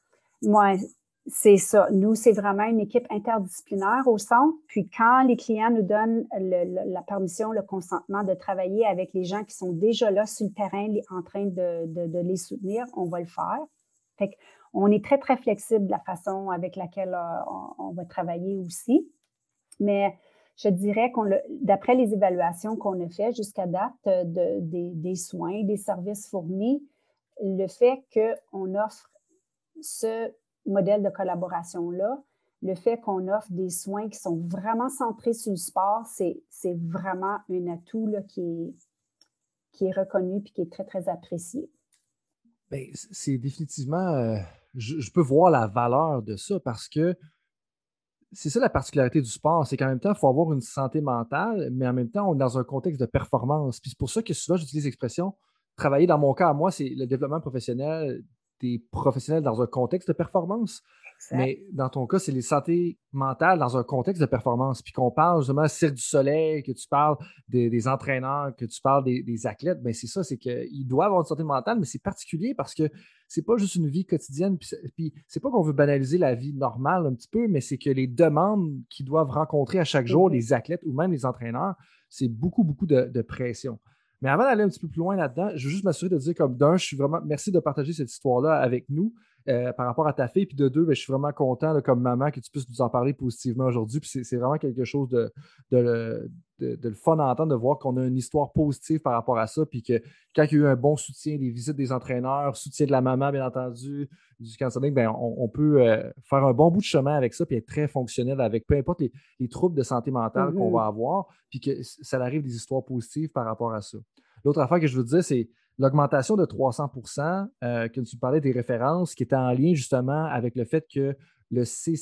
c'est ça. Nous, c'est vraiment une équipe interdisciplinaire au centre. Puis quand les clients nous donnent la permission, le consentement de travailler avec les gens qui sont déjà là sur le terrain en train de les soutenir, on va le faire. Fait qu'on est très, très flexible de la façon avec laquelle on va travailler aussi. Mais je dirais d'après les évaluations qu'on a faites jusqu'à date des soins, des services fournis, le fait qu'on offre ce modèle de collaboration-là, le fait qu'on offre des soins qui sont vraiment centrés sur le sport, c'est vraiment un atout là, qui est reconnu et qui est très, très apprécié. Bien, c'est définitivement... je peux voir la valeur de ça parce que c'est ça la particularité du sport, c'est qu'en même temps, il faut avoir une santé mentale, mais en même temps, on est dans un contexte de performance. Puis c'est pour ça que souvent, j'utilise l'expression travailler, dans mon cas, à moi, c'est le développement professionnel des professionnels dans un contexte de performance. Mais dans ton cas, c'est les santé mentale dans un contexte de performance. Puis qu'on parle justement Cirque du Soleil, que tu parles des entraîneurs, que tu parles des athlètes, bien c'est ça, c'est qu'ils doivent avoir une santé mentale, mais c'est particulier parce que c'est pas juste une vie quotidienne. Puis c'est pas qu'on veut banaliser la vie normale un petit peu, mais c'est que les demandes qu'ils doivent rencontrer à chaque jour, les athlètes ou même les entraîneurs, c'est beaucoup, beaucoup de pression. Mais avant d'aller un petit peu plus loin là-dedans, je veux juste m'assurer de dire comme d'un, je suis vraiment merci de partager cette histoire-là avec nous par rapport à ta fille. Puis de deux, bien, je suis vraiment content là, comme maman que tu puisses nous en parler positivement aujourd'hui. Puis c'est vraiment quelque chose de le fun à entendre, de voir qu'on a une histoire positive par rapport à ça. Puis que quand il y a eu un bon soutien, des visites des entraîneurs, soutien de la maman, bien entendu, du counseling, bien, on peut faire un bon bout de chemin avec ça, puis être très fonctionnel avec peu importe les troubles de santé mentale qu'on va avoir, puis que ça arrive des histoires positives par rapport à ça. L'autre affaire que je veux te dire, c'est l'augmentation de 300 que tu parlais des références, qui était en lien justement avec le fait que le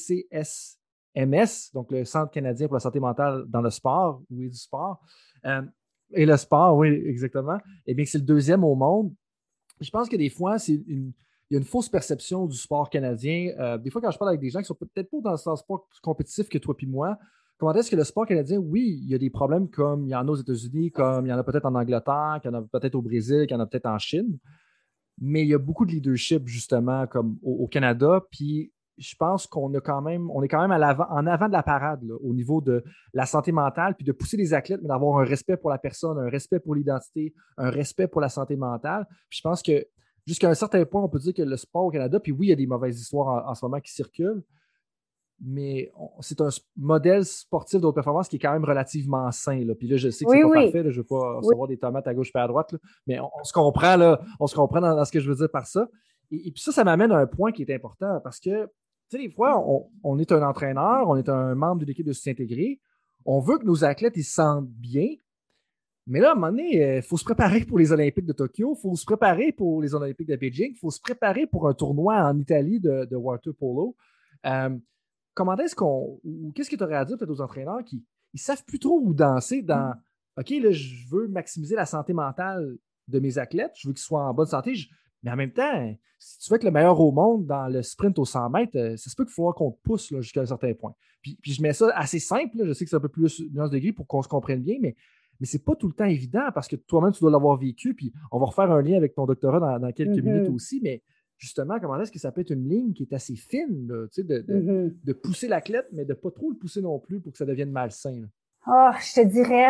CCSMS, donc le Centre canadien pour la santé mentale dans le sport, oui, du sport, et le sport, oui, exactement, eh bien, c'est le deuxième au monde. Je pense que des fois, il y a une fausse perception du sport canadien. Des fois, quand je parle avec des gens qui sont peut-être pas dans le sport compétitif que toi et moi, comment est-ce que le sport canadien, oui, il y a des problèmes comme il y en a aux États-Unis, comme il y en a peut-être en Angleterre, qu'il y en a peut-être au Brésil, qu'il y en a peut-être en Chine, mais il y a beaucoup de leadership, justement, comme au Canada, puis je pense qu'on a quand même, on est quand même en avant de la parade là, au niveau de la santé mentale, puis de pousser les athlètes, mais d'avoir un respect pour la personne, un respect pour l'identité, un respect pour la santé mentale. Puis je pense que jusqu'à un certain point, on peut dire que le sport au Canada, puis oui, il y a des mauvaises histoires en ce moment qui circulent, mais c'est un modèle sportif de haute performance qui est quand même relativement sain. Là. Puis là, je sais que c'est pas parfait, là, je ne veux pas recevoir des tomates à gauche et à droite, là, mais on se comprend, là, on se comprend dans ce que je veux dire par ça. Et puis ça m'amène à un point qui est important parce que, tu sais, des fois, on est un entraîneur, on est un membre d'une équipe de soutien intégré, on veut que nos athlètes ils se sentent bien, mais là, à un moment donné, il faut se préparer pour les Olympiques de Tokyo, il faut se préparer pour les Olympiques de Beijing, il faut se préparer pour un tournoi en Italie de water polo. Comment est-ce ou qu'est-ce que tu aurais à dire peut-être aux entraîneurs qui ne savent plus trop où danser dans OK, là, je veux maximiser la santé mentale de mes athlètes, je veux qu'ils soient en bonne santé, mais en même temps, si tu veux être le meilleur au monde dans le sprint aux 100 mètres, ça se peut qu'il faut qu'on te pousse là, jusqu'à un certain point. Puis je mets ça assez simple, là, je sais que c'est un peu plus nuance de gris pour qu'on se comprenne bien, mais ce n'est pas tout le temps évident parce que toi-même, tu dois l'avoir vécu, puis on va refaire un lien avec ton doctorat dans quelques minutes aussi, mais justement, comment est-ce que ça peut être une ligne qui est assez fine, là, de pousser l'athlète, mais de ne pas trop le pousser non plus pour que ça devienne malsain? Je te dirais,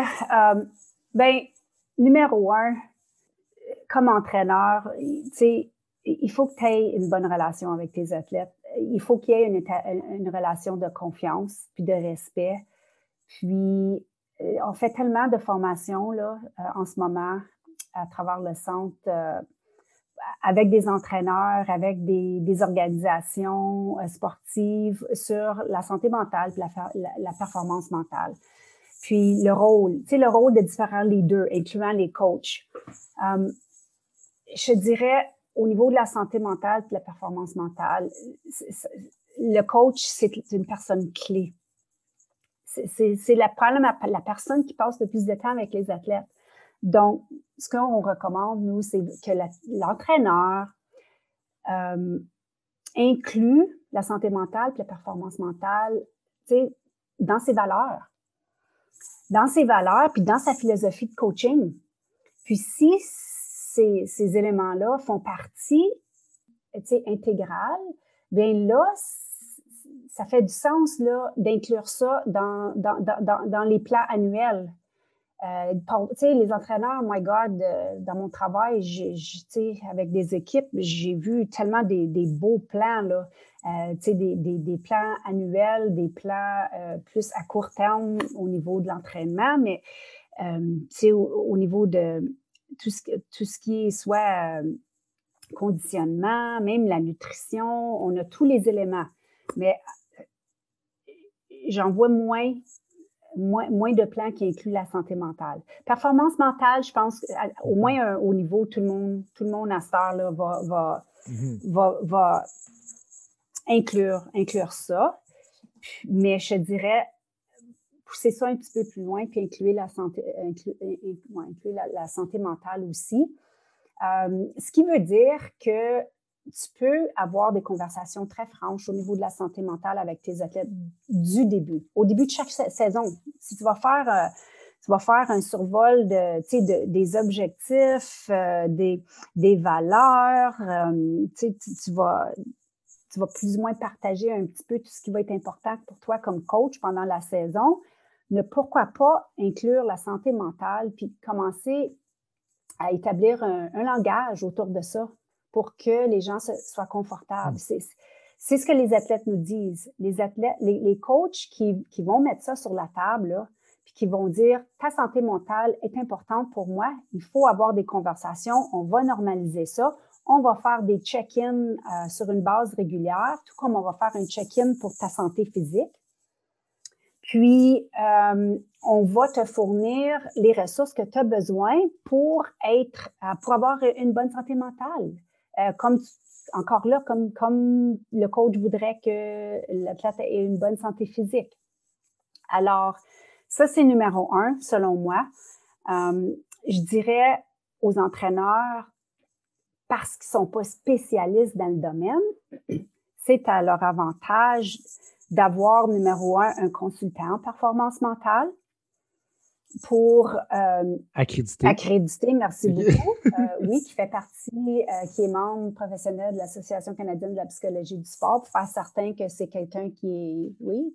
numéro un, comme entraîneur, il faut que tu aies une bonne relation avec tes athlètes. Il faut qu'il y ait une relation de confiance puis de respect. Puis, on fait tellement de formations là, en ce moment à travers le centre avec des entraîneurs, avec des organisations sportives sur la santé mentale et la performance mentale. Puis le rôle de différents leaders, incluant les coachs. Je dirais, au niveau de la santé mentale et de la performance mentale, le coach, c'est une personne clé. C'est probablement la personne qui passe le plus de temps avec les athlètes. Donc, ce qu'on recommande, nous, c'est que l'entraîneur inclut la santé mentale et la performance mentale, dans ses valeurs. Dans ses valeurs, puis dans sa philosophie de coaching. Puis si ces éléments-là font partie, intégrale, bien là, ça fait du sens là, d'inclure ça dans les plans annuels. Les entraîneurs, my God, dans mon travail, avec des équipes, j'ai vu tellement des beaux plans, là, des plans annuels, des plans plus à court terme au niveau de l'entraînement, mais au niveau de tout ce qui est soit conditionnement, même la nutrition, on a tous les éléments, mais j'en vois moins de plans qui incluent la santé mentale. Performance mentale, je pense, au moins au niveau, tout le monde à cette heure-là va inclure ça. Mais je dirais, pousser ça un petit peu plus loin, puis inclure la santé mentale aussi. Ce qui veut dire que tu peux avoir des conversations très franches au niveau de la santé mentale avec tes athlètes du début, au début de chaque saison. Si tu vas faire un survol des objectifs, des valeurs, tu vas plus ou moins partager un petit peu tout ce qui va être important pour toi comme coach pendant la saison. Ne pourquoi pas inclure la santé mentale puis commencer à établir un langage autour de ça pour que les gens soient confortables. C'est ce que les athlètes nous disent. Les coachs qui vont mettre ça sur la table, là, puis qui vont dire « ta santé mentale est importante pour moi, il faut avoir des conversations, on va normaliser ça, on va faire des check-in sur une base régulière, tout comme on va faire un check-in pour ta santé physique. Puis, on va te fournir les ressources que tu as besoin pour avoir une bonne santé mentale. Encore là, comme le coach voudrait que l'athlète ait une bonne santé physique. Alors, ça, c'est numéro 1, selon moi. Je dirais aux entraîneurs, parce qu'ils ne sont pas spécialistes dans le domaine, c'est à leur avantage d'avoir, numéro 1, un consultant en performance mentale pour accréditer, merci beaucoup. Oui, qui fait partie, qui est membre professionnel de l'Association canadienne de la psychologie du sport pour faire certain que c'est quelqu'un qui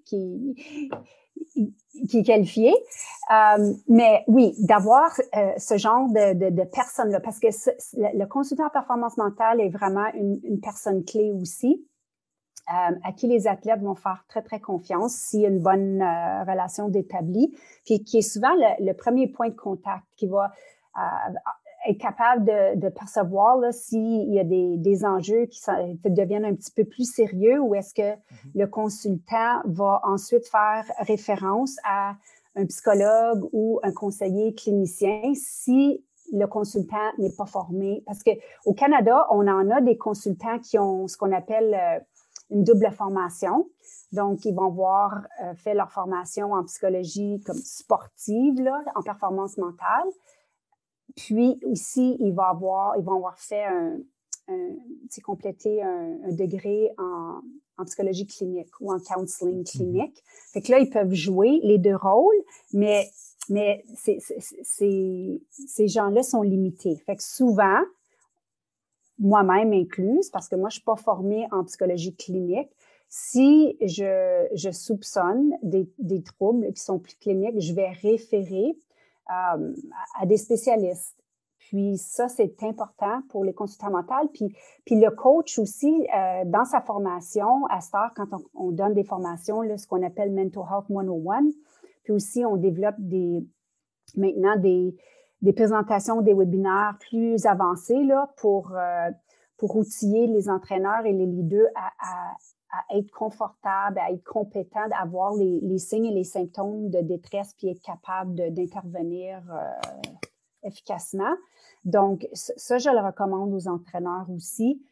est qualifié. Mais oui, d'avoir ce genre de personne-là, parce que le consultant en performance mentale est vraiment une personne clé aussi. À qui les athlètes vont faire très, très confiance s'il y a une bonne relation d'établie, puis qui est souvent le premier point de contact, qui va être capable de percevoir là, s'il y a des enjeux qui deviennent un petit peu plus sérieux ou est-ce que le consultant va ensuite faire référence à un psychologue ou un conseiller clinicien si le consultant n'est pas formé. Parce qu'au Canada, on en a des consultants qui ont ce qu'on appelle une double formation. Donc, ils vont avoir fait leur formation en psychologie comme sportive, là, en performance mentale. Puis aussi, ils vont avoir fait complété un degré en psychologie clinique ou en counseling clinique. Fait que là, ils peuvent jouer les deux rôles, mais ces gens-là sont limités. Fait que souvent, moi-même incluse, parce que moi, je suis pas formée en psychologie clinique. Si je soupçonne des troubles qui sont plus cliniques, je vais référer à des spécialistes. Puis ça, c'est important pour les consultants mentaux. Puis le coach aussi, dans sa formation, à cette heure, quand on donne des formations, là, ce qu'on appelle Mental Health 101, puis aussi, on développe maintenant des présentations, des webinaires plus avancés là, pour outiller les entraîneurs et les leaders à être confortables, à être compétents, à avoir les signes et les symptômes de détresse puis être capable d'intervenir efficacement. Donc, ça, je le recommande aux entraîneurs aussi.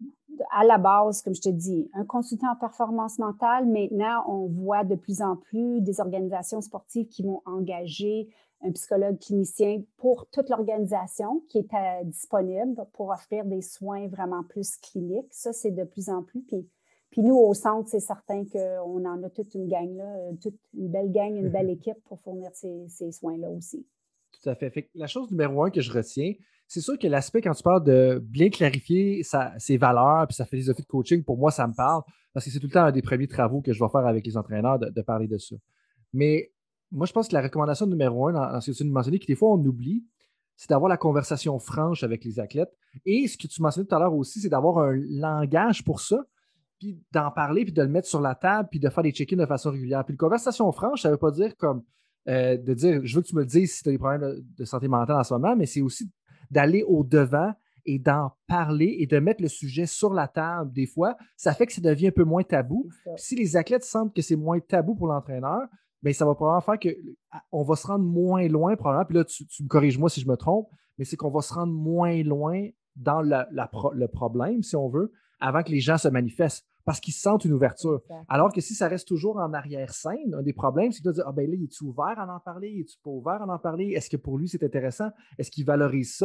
À la base, comme je te dis, un consultant en performance mentale, maintenant, on voit de plus en plus des organisations sportives qui vont engager un psychologue clinicien pour toute l'organisation qui est disponible pour offrir des soins vraiment plus cliniques. Ça, c'est de plus en plus. Puis nous, au centre, c'est certain qu'on en a toute une gang, là, toute une belle gang, une belle équipe pour fournir ces soins-là aussi. Tout à fait. Fait que la chose numéro 1 que je retiens, c'est sûr que l'aspect, quand tu parles de bien clarifier ses valeurs puis sa philosophie de coaching, pour moi, ça me parle parce que c'est tout le temps un des premiers travaux que je vais faire avec les entraîneurs de parler de ça. Mais moi, je pense que la recommandation numéro 1 dans ce que tu as mentionné, que des fois, on oublie, c'est d'avoir la conversation franche avec les athlètes. Et ce que tu mentionnais tout à l'heure aussi, c'est d'avoir un langage pour ça, puis d'en parler, puis de le mettre sur la table, puis de faire des check-ins de façon régulière. Puis une conversation franche, ça ne veut pas dire comme de dire, je veux que tu me le dises si tu as des problèmes de santé mentale en ce moment, mais c'est aussi d'aller au-devant et d'en parler et de mettre le sujet sur la table des fois. Ça fait que ça devient un peu moins tabou. Puis si les athlètes sentent que c'est moins tabou pour l'entraîneur, bien, ça va probablement faire qu'on va se rendre moins loin, probablement. Puis là, tu me corriges-moi si je me trompe, mais c'est qu'on va se rendre moins loin dans le problème, si on veut, avant que les gens se manifestent, parce qu'ils sentent une ouverture. Exactement. Alors que si ça reste toujours en arrière-scène, un des problèmes, c'est que tu dis, ben là, il est-tu ouvert à en parler? Il est-tu pas ouvert à en parler? Est-ce que pour lui, c'est intéressant? Est-ce qu'il valorise ça?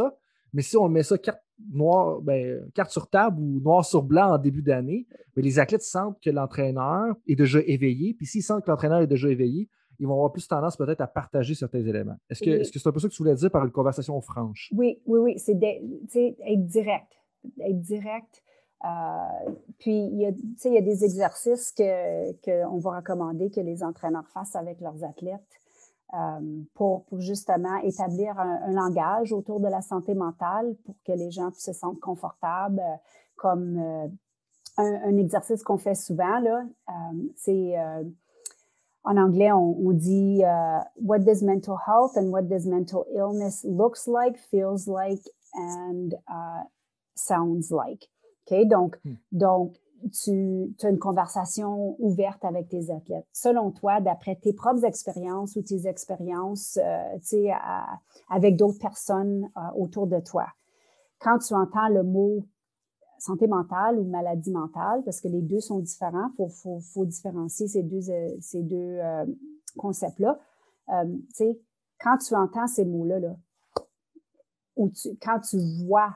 Mais si on met ça carte sur table ou noir sur blanc en début d'année, bien, les athlètes sentent que l'entraîneur est déjà éveillé. Puis s'ils sentent que l'entraîneur est déjà éveillé, ils vont avoir plus tendance peut-être à partager certains éléments. Est-ce que c'est un peu ça que tu voulais dire par une conversation franche? Oui. C'est être direct. Être direct. Puis, il y a des exercices qu'on va recommander que les entraîneurs fassent avec leurs athlètes pour justement établir un langage autour de la santé mentale pour que les gens se sentent confortables. Comme un exercice qu'on fait souvent, là, c'est... en anglais, on dit what does mental health and what does mental illness looks like, feels like, and sounds like. OK? Donc, tu as une conversation ouverte avec tes athlètes. Selon toi, d'après tes propres expériences ou tes expériences avec d'autres personnes autour de toi. Quand tu entends le mot santé mentale ou maladie mentale, parce que les deux sont différents, faut différencier ces deux concepts-là. Quand tu entends ces mots-là, quand tu vois,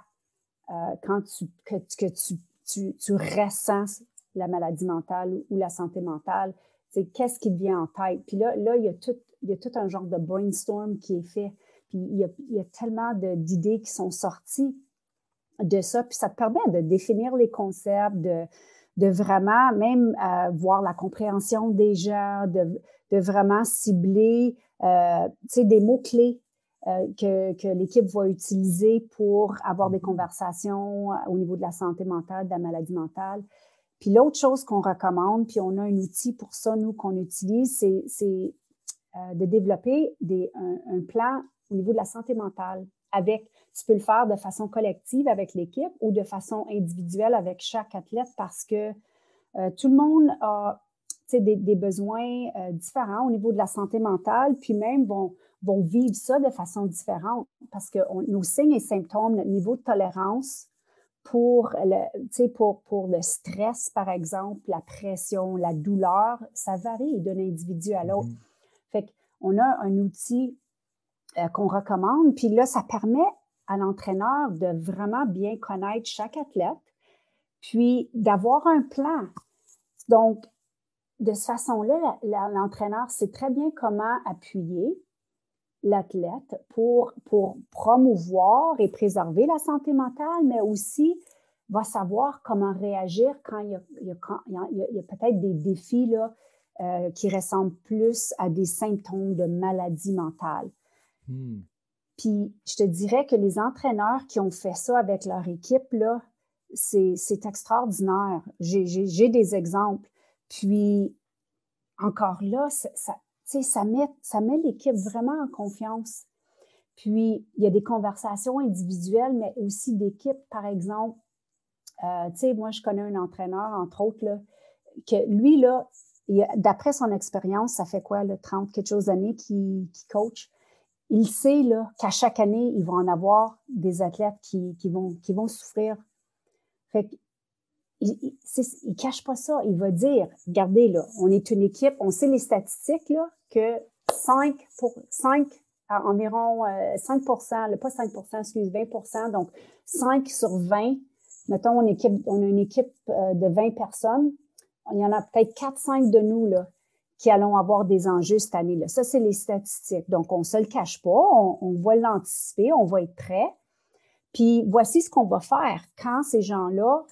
tu ressens la maladie mentale ou la santé mentale, qu'est-ce qui te vient en tête? Puis là, il y a tout un genre de brainstorm qui est fait. Puis il y a tellement d'idées qui sont sorties de ça, puis ça te permet de définir les concepts, de vraiment même voir la compréhension des gens, de vraiment cibler des mots-clés que l'équipe va utiliser pour avoir des conversations au niveau de la santé mentale, de la maladie mentale. Puis l'autre chose qu'on recommande, puis on a un outil pour ça, nous, qu'on utilise, c'est de développer un plan au niveau de la santé mentale. Tu peux le faire de façon collective avec l'équipe ou de façon individuelle avec chaque athlète parce que tout le monde a des besoins différents au niveau de la santé mentale, puis même vont vivre ça de façon différente parce que nos signes et symptômes, notre niveau de tolérance pour le stress, par exemple, la pression, la douleur, ça varie d'un individu à l'autre. Fait qu'on a un outil qu'on recommande. Puis là, ça permet à l'entraîneur de vraiment bien connaître chaque athlète, puis d'avoir un plan. Donc, de cette façon-là, l'entraîneur sait très bien comment appuyer l'athlète pour promouvoir et préserver la santé mentale, mais aussi va savoir comment réagir quand il y a peut-être des défis là, qui ressemblent plus à des symptômes de maladie mentale. Puis, je te dirais que les entraîneurs qui ont fait ça avec leur équipe, là, c'est extraordinaire. J'ai des exemples. Puis, encore là, ça met l'équipe vraiment en confiance. Puis, il y a des conversations individuelles, mais aussi d'équipe, par exemple. Moi, je connais un entraîneur, entre autres, là, que lui, là, d'après son expérience, ça fait quoi, là, 30 quelque chose d'années qu'il coach. Il sait là, qu'à chaque année, il va en avoir des athlètes qui vont souffrir. Fait qu'il ne cache pas ça. Il va dire, regardez, là, on est une équipe, on sait les statistiques, là, que environ 5%, pas 5%, excuse, 20%, donc 5 sur 20, mettons, on a une équipe de 20 personnes, il y en a peut-être 4-5 de nous, là, qui allons avoir des enjeux cette année-là. Ça, c'est les statistiques. Donc, on ne se le cache pas, on va l'anticiper, on va être prêt. Puis, voici ce qu'on va faire quand ces gens-là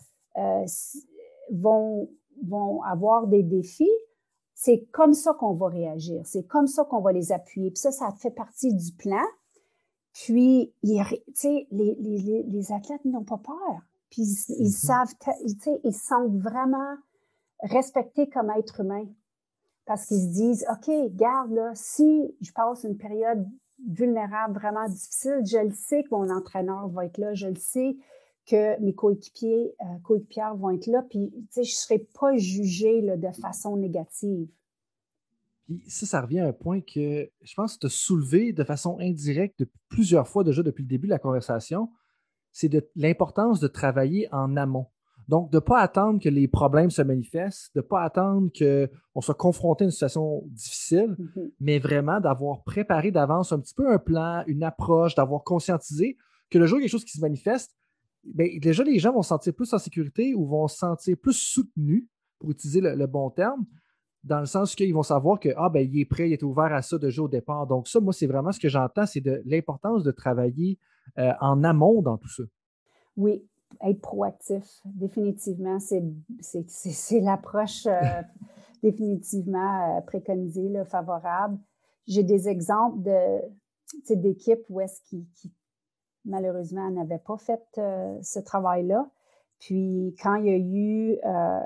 vont avoir des défis. C'est comme ça qu'on va réagir. C'est comme ça qu'on va les appuyer. Puis ça fait partie du plan. Puis, les athlètes n'ont pas peur. Puis, ils savent, ils se sentent vraiment respectés comme êtres humains. Parce qu'ils se disent, OK, garde, là, si je passe une période vulnérable, vraiment difficile, je le sais que mon entraîneur va être là, je le sais que mes coéquipières vont être là, puis, je ne serai pas jugée là, de façon négative. Puis ça revient à un point que je pense que tu as soulevé de façon indirecte plusieurs fois déjà depuis le début de la conversation, c'est l'importance de travailler en amont. Donc, de ne pas attendre que les problèmes se manifestent, de ne pas attendre qu'on soit confronté à une situation difficile, mais vraiment d'avoir préparé d'avance un petit peu un plan, une approche, d'avoir conscientisé que le jour où il y a quelque chose qui se manifeste, bien, déjà, les gens vont se sentir plus en sécurité ou vont se sentir plus soutenus, pour utiliser le bon terme, dans le sens qu'ils vont savoir que ben, il est prêt, il est ouvert à ça déjà au départ. Donc, ça, moi, c'est vraiment ce que j'entends, c'est de l'importance de travailler en amont dans tout ça. Oui, être proactif, définitivement, c'est l'approche définitivement préconisée, là, favorable. J'ai des exemples d'équipes où est-ce qui malheureusement n'avaient pas fait ce travail-là. Puis quand il y a eu,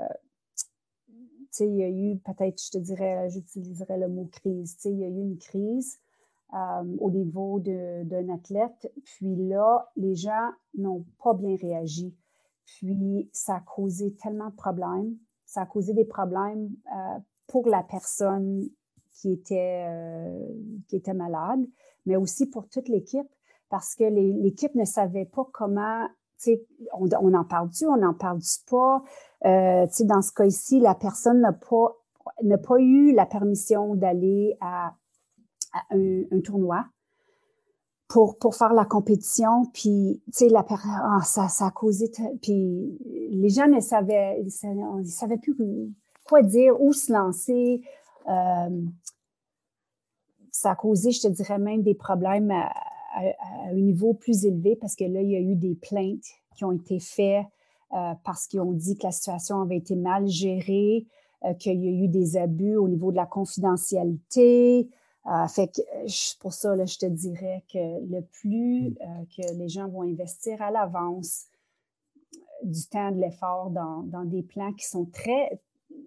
il y a eu peut-être, je te dirais, j'utiliserais le mot crise, il y a eu une crise au niveau d'un athlète. Puis là, les gens n'ont pas bien réagi. Puis ça a causé tellement de problèmes. Ça a causé des problèmes pour la personne qui était malade, mais aussi pour toute l'équipe, parce que l'équipe ne savait pas comment, on en parle-tu, on n'en parle-tu pas. Dans ce cas-ci, la personne n'a pas eu la permission d'aller à un tournoi pour faire la compétition. Puis, ça a causé... Puis, les gens ils savaient plus quoi dire, où se lancer. Ça a causé, je te dirais, même des problèmes à un niveau plus élevé parce que là, il y a eu des plaintes qui ont été faites parce qu'ils ont dit que la situation avait été mal gérée, qu'il y a eu des abus au niveau de la confidentialité. Fait que pour ça, là, je te dirais que le plus que les gens vont investir à l'avance du temps, de l'effort dans des plans qui sont très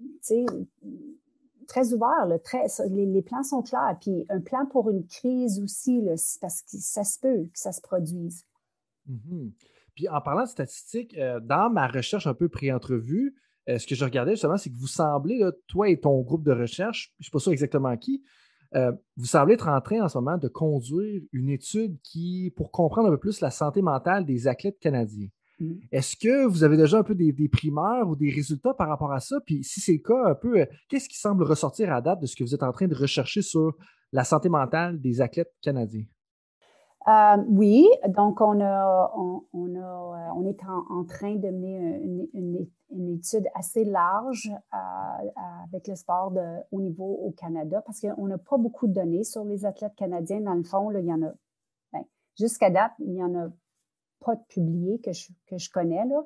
ouverts, là, les plans sont clairs. Puis un plan pour une crise aussi, là, parce que ça se peut que ça se produise. Mm-hmm. Puis en parlant de statistiques, dans ma recherche un peu pré-entrevue, ce que je regardais justement, c'est que vous semblez, là, toi et ton groupe de recherche, je ne suis pas sûr exactement qui, vous semblez être en train en ce moment de conduire une étude pour comprendre un peu plus la santé mentale des athlètes canadiens. Mm. Est-ce que vous avez déjà un peu des primeurs ou des résultats par rapport à ça? Puis si c'est le cas, un peu, qu'est-ce qui semble ressortir à date de ce que vous êtes en train de rechercher sur la santé mentale des athlètes canadiens? Oui, donc on est en train de mener une étude assez large avec le sport de haut niveau au Canada parce qu'on n'a pas beaucoup de données sur les athlètes canadiens. Dans le fond, là, il y en a, jusqu'à date, il n'y en a pas de publiés que je connais, là.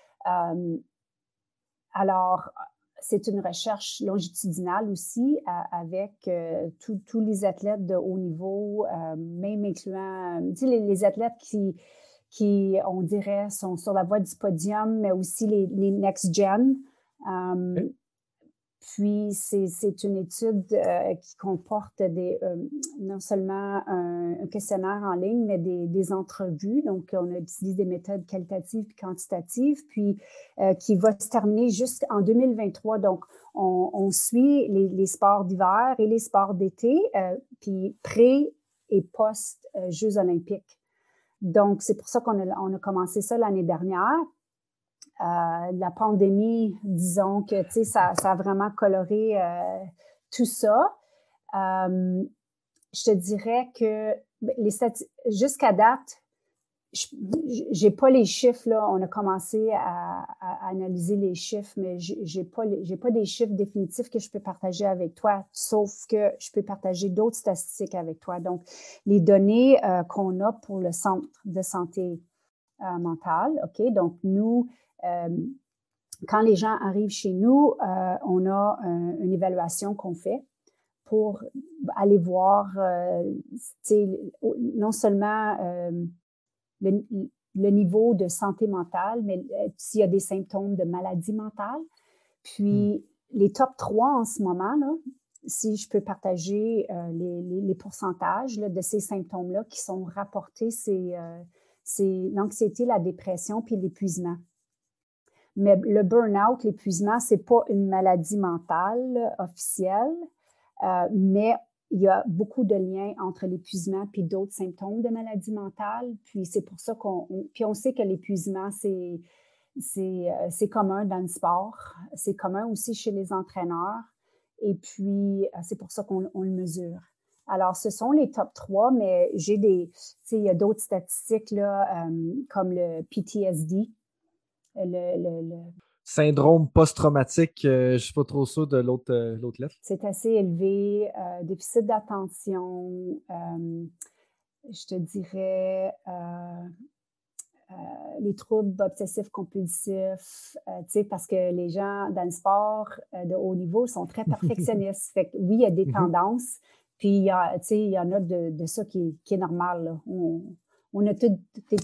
Alors, c'est une recherche longitudinale aussi avec tous les athlètes de haut niveau, même incluant les athlètes qui, on dirait, sont sur la voie du podium, mais aussi les next-gen. Okay. Puis, c'est une étude qui comporte non seulement un questionnaire en ligne, mais des entrevues. Donc, on utilise des méthodes qualitatives et quantitatives, puis qui va se terminer jusqu'en 2023. Donc, on suit les sports d'hiver et les sports d'été, puis pré- et post-Jeux olympiques. Donc, c'est pour ça qu'on a commencé ça l'année dernière. La pandémie, disons que ça a vraiment coloré tout ça. Je te dirais que jusqu'à date, j'ai pas les chiffres, là. On a commencé à analyser les chiffres, mais j'ai pas des chiffres définitifs que je peux partager avec toi, sauf que je peux partager d'autres statistiques avec toi. Donc, les données qu'on a pour le Centre de santé mentale, OK? Donc, nous, quand les gens arrivent chez nous, on a une évaluation qu'on fait pour aller voir non seulement le niveau de santé mentale, mais s'il y a des symptômes de maladie mentale. Puis, les top 3 en ce moment, là, si je peux partager les pourcentages là, de ces symptômes-là qui sont rapportés, c'est l'anxiété, la dépression puis l'épuisement. Mais le burn-out, l'épuisement, ce n'est pas une maladie mentale officielle, mais il y a beaucoup de liens entre l'épuisement et d'autres symptômes de maladie mentale. Puis c'est pour ça on sait que l'épuisement, c'est commun dans le sport, c'est commun aussi chez les entraîneurs. Et puis, c'est pour ça qu'on le mesure. Alors, ce sont les top 3, mais j'ai il y a d'autres statistiques là, comme le PTSD, le syndrome post-traumatique, je ne suis pas trop sûr de l'autre lettre. c'est assez élevé. Déficit d'attention, je te dirais les troubles obsessifs compulsifs, parce que les gens dans le sport de haut niveau sont très perfectionnistes. Fait que oui, il y a des tendances, puis il y en a de ça qui est normal, là. On a toutes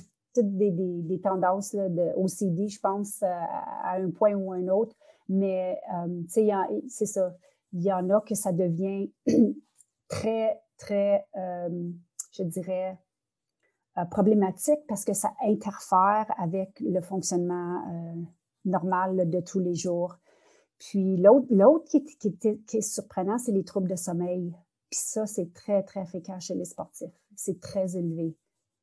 des tendances là, de OCD, je pense, à un point ou un autre. Mais, c'est ça. Il y en a que ça devient très, très, je dirais, problématique parce que ça interfère avec le fonctionnement normal là, de tous les jours. Puis l'autre qui est surprenant, c'est les troubles de sommeil. Puis ça, c'est très, très fréquent chez les sportifs. C'est très élevé.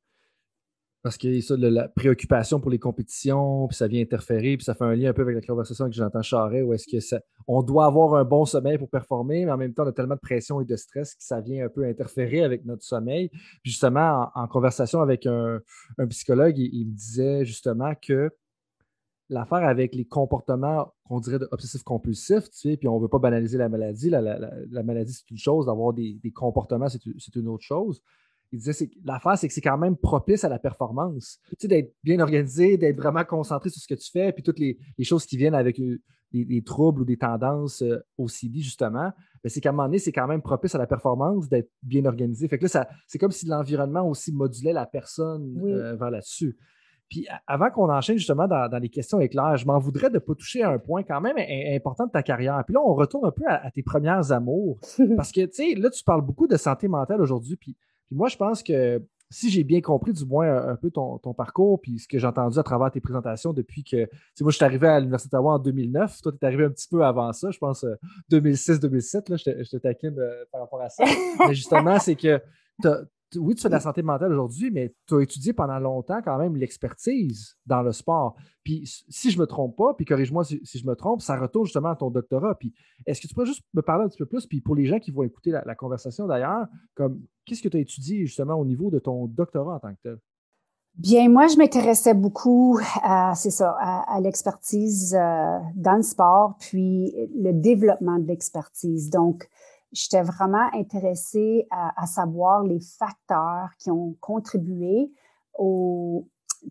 Parce qu'il y a ça, la préoccupation pour les compétitions, puis ça vient interférer, puis ça fait un lien un peu avec la conversation avec Jonathan Charest, où est-ce que on doit avoir un bon sommeil pour performer, mais en même temps, on a tellement de pression et de stress que ça vient un peu interférer avec notre sommeil. Puis justement, en conversation avec un psychologue, il me disait justement que l'affaire avec les comportements qu'on dirait obsessifs-compulsifs, tu sais, puis on ne veut pas banaliser la maladie. La maladie, c'est une chose, d'avoir des comportements, c'est une autre chose. Il disait, l'affaire, c'est que c'est quand même propice à la performance. Tu sais, d'être bien organisé, d'être vraiment concentré sur ce que tu fais, puis toutes les choses qui viennent avec des troubles ou des tendances OCD, justement, ben, c'est qu'à un moment donné, c'est quand même propice à la performance d'être bien organisé. Fait que là, c'est comme si l'environnement aussi modulait la personne vers là-dessus. Puis avant qu'on enchaîne justement dans les questions éclairs, je m'en voudrais de ne pas toucher à un point quand même important de ta carrière. Puis là, on retourne un peu à tes premières amours. Parce que, tu sais, là, tu parles beaucoup de santé mentale aujourd'hui. Puis moi, je pense que si j'ai bien compris du moins un peu ton parcours, puis ce que j'ai entendu à travers tes présentations depuis que, tu sais, moi, je suis arrivé à l'Université d'Ottawa en 2009. Toi, tu es arrivé un petit peu avant ça, je pense 2006-2007. Là, je te taquine par rapport à ça. Mais justement, c'est que oui, tu fais de la santé mentale aujourd'hui, mais tu as étudié pendant longtemps quand même l'expertise dans le sport. Puis si je ne me trompe pas, puis corrige-moi si je me trompe, ça retourne justement à ton doctorat. Puis est-ce que tu pourrais juste me parler un petit peu plus, puis pour les gens qui vont écouter la conversation d'ailleurs, comme qu'est-ce que tu as étudié justement au niveau de ton doctorat en tant que tel? Bien, moi, je m'intéressais beaucoup à l'expertise dans le sport, puis le développement de l'expertise. Donc, j'étais vraiment intéressée à savoir les facteurs qui ont contribué au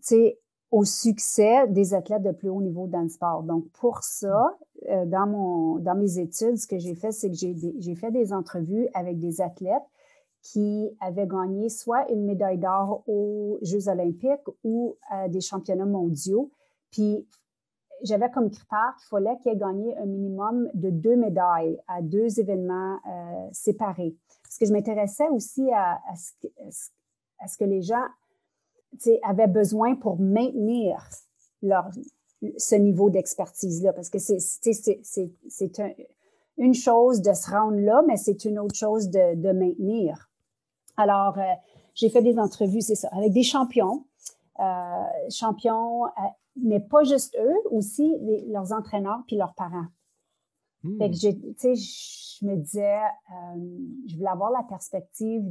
succès des athlètes de plus haut niveau dans le sport. Donc, pour ça, dans mes études, ce que j'ai fait, c'est que j'ai fait des entrevues avec des athlètes qui avaient gagné soit une médaille d'or aux Jeux olympiques ou des championnats mondiaux. Puis, j'avais comme critère qu'il fallait qu'ils aient gagné un minimum de 2 médailles à 2 événements séparés. Parce que je m'intéressais aussi à ce que les gens avaient besoin pour maintenir ce niveau d'expertise-là. Parce que c'est une chose de se rendre là, mais c'est une autre chose de maintenir. Alors, j'ai fait des entrevues, c'est ça, avec des champions, mais pas juste eux, aussi leurs entraîneurs puis leurs parents. Fait que je me disais, je voulais avoir la perspective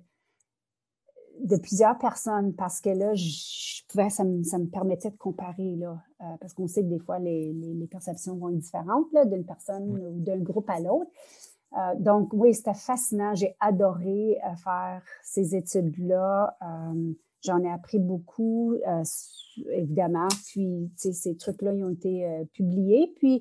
de plusieurs personnes parce que là, ça me permettait de comparer, là, parce qu'on sait que des fois, les perceptions vont être différentes là, d'une personne ou d'un groupe à l'autre. Donc, oui, c'était fascinant. J'ai adoré faire ces études-là. J'en ai appris beaucoup, évidemment. Puis, ces trucs-là, ils ont été publiés. Puis,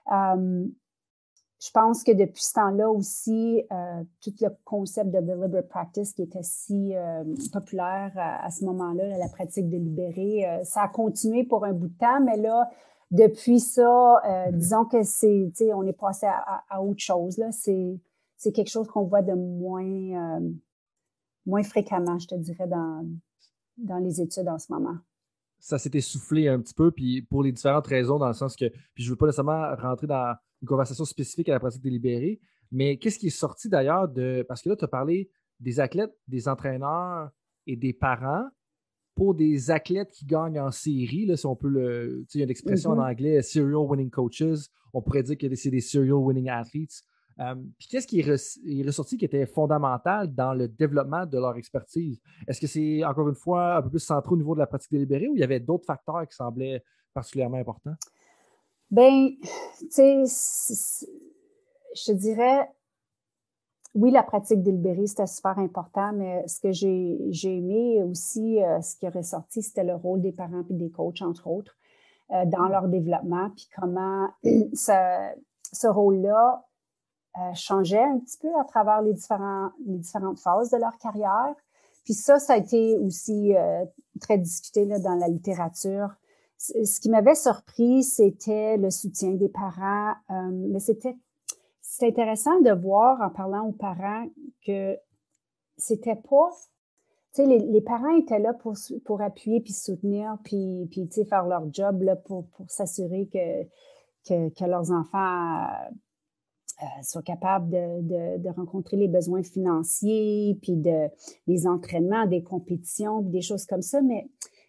je pense que depuis ce temps-là aussi, tout le concept de deliberate practice qui était si populaire à ce moment-là, la pratique délibérée, ça a continué pour un bout de temps, mais là, depuis ça, disons que on est passé à autre chose. Là. C'est quelque chose qu'on voit de moins fréquemment, je te dirais, dans les études en ce moment. Ça s'est essoufflé un petit peu, puis pour les différentes raisons, dans le sens que, puis je ne veux pas nécessairement rentrer dans une conversation spécifique à la pratique délibérée, mais qu'est-ce qui est sorti d'ailleurs parce que là, tu as parlé des athlètes, des entraîneurs et des parents. Pour des athlètes qui gagnent en série, là, si on peut il y a une expression en anglais, serial winning coaches, on pourrait dire que c'est des serial winning athletes. Puis qu'est-ce qui est ressorti qui était fondamental dans le développement de leur expertise? Est-ce que c'est, encore une fois, un peu plus centré au niveau de la pratique délibérée ou il y avait d'autres facteurs qui semblaient particulièrement importants? Bien, tu sais, je te dirais, oui, la pratique délibérée, c'était super important, mais ce que j'ai aimé aussi, ce qui est ressorti, c'était le rôle des parents et des coachs, entre autres, dans leur développement, puis comment ce rôle-là changeait un petit peu à travers les différentes phases de leur carrière. Puis ça a été aussi très discuté là, dans la littérature. Ce qui m'avait surpris, c'était le soutien des parents, mais c'était intéressant de voir en parlant aux parents que c'était pas, tu sais, les parents étaient là pour appuyer puis soutenir puis tu sais, faire leur job là, pour s'assurer que leurs enfants soient capables de rencontrer les besoins financiers puis des entraînements, des compétitions, des choses comme ça, mais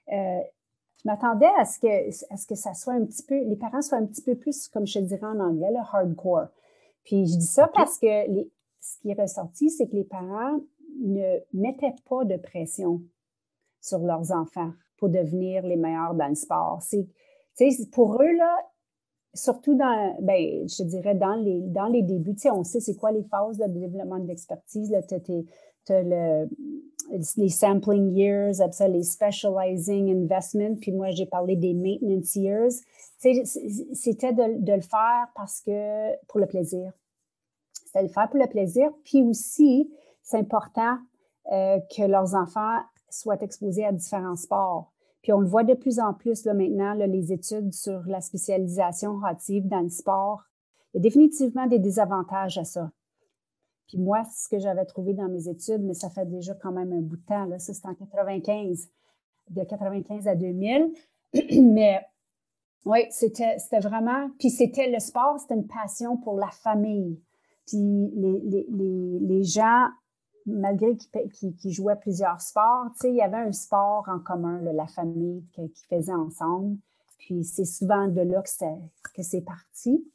je m'attendais à ce que ça soit un petit peu, les parents soient un petit peu plus, comme je te dirais en anglais, le hardcore. Puis je dis ça parce que ce qui est ressorti, c'est que les parents ne mettaient pas de pression sur leurs enfants pour devenir les meilleurs dans le sport. Tu sais, pour eux, là, surtout je te dirais, dans les débuts, tu sais, on sait c'est quoi les phases de développement de l'expertise. T'as les sampling years, après ça, les specializing investment, puis moi, j'ai parlé des maintenance years. Tu sais, c'était de le faire pour le plaisir. C'était de le faire pour le plaisir, puis aussi, c'est important que leurs enfants soient exposés à différents sports. Puis on le voit de plus en plus là, maintenant, là, les études sur la spécialisation relative dans le sport. Il y a définitivement des désavantages à ça. Puis moi, ce que j'avais trouvé dans mes études, mais ça fait déjà quand même un bout de temps, là, ça c'était en 95, de 95 à 2000. Mais oui, c'était vraiment, puis c'était le sport, c'était une passion pour la famille. Puis les gens, malgré qu'ils jouaient plusieurs sports, tu sais, il y avait un sport en commun, là, la famille qu'ils faisaient ensemble. Puis c'est souvent de là que c'est parti.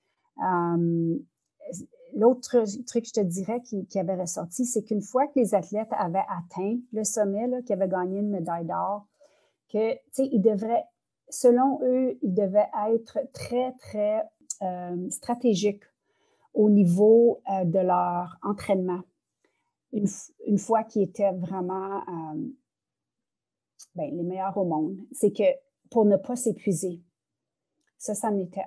L'autre truc, je te dirais, qui avait ressorti, c'est qu'une fois que les athlètes avaient atteint le sommet, là, qu'ils avaient gagné une médaille d'or, que, tu sais, ils devraient, selon eux, ils devaient être très, très stratégiques au niveau de leur entraînement. Une fois qu'ils étaient vraiment les meilleurs au monde. C'est que pour ne pas s'épuiser. Ça en était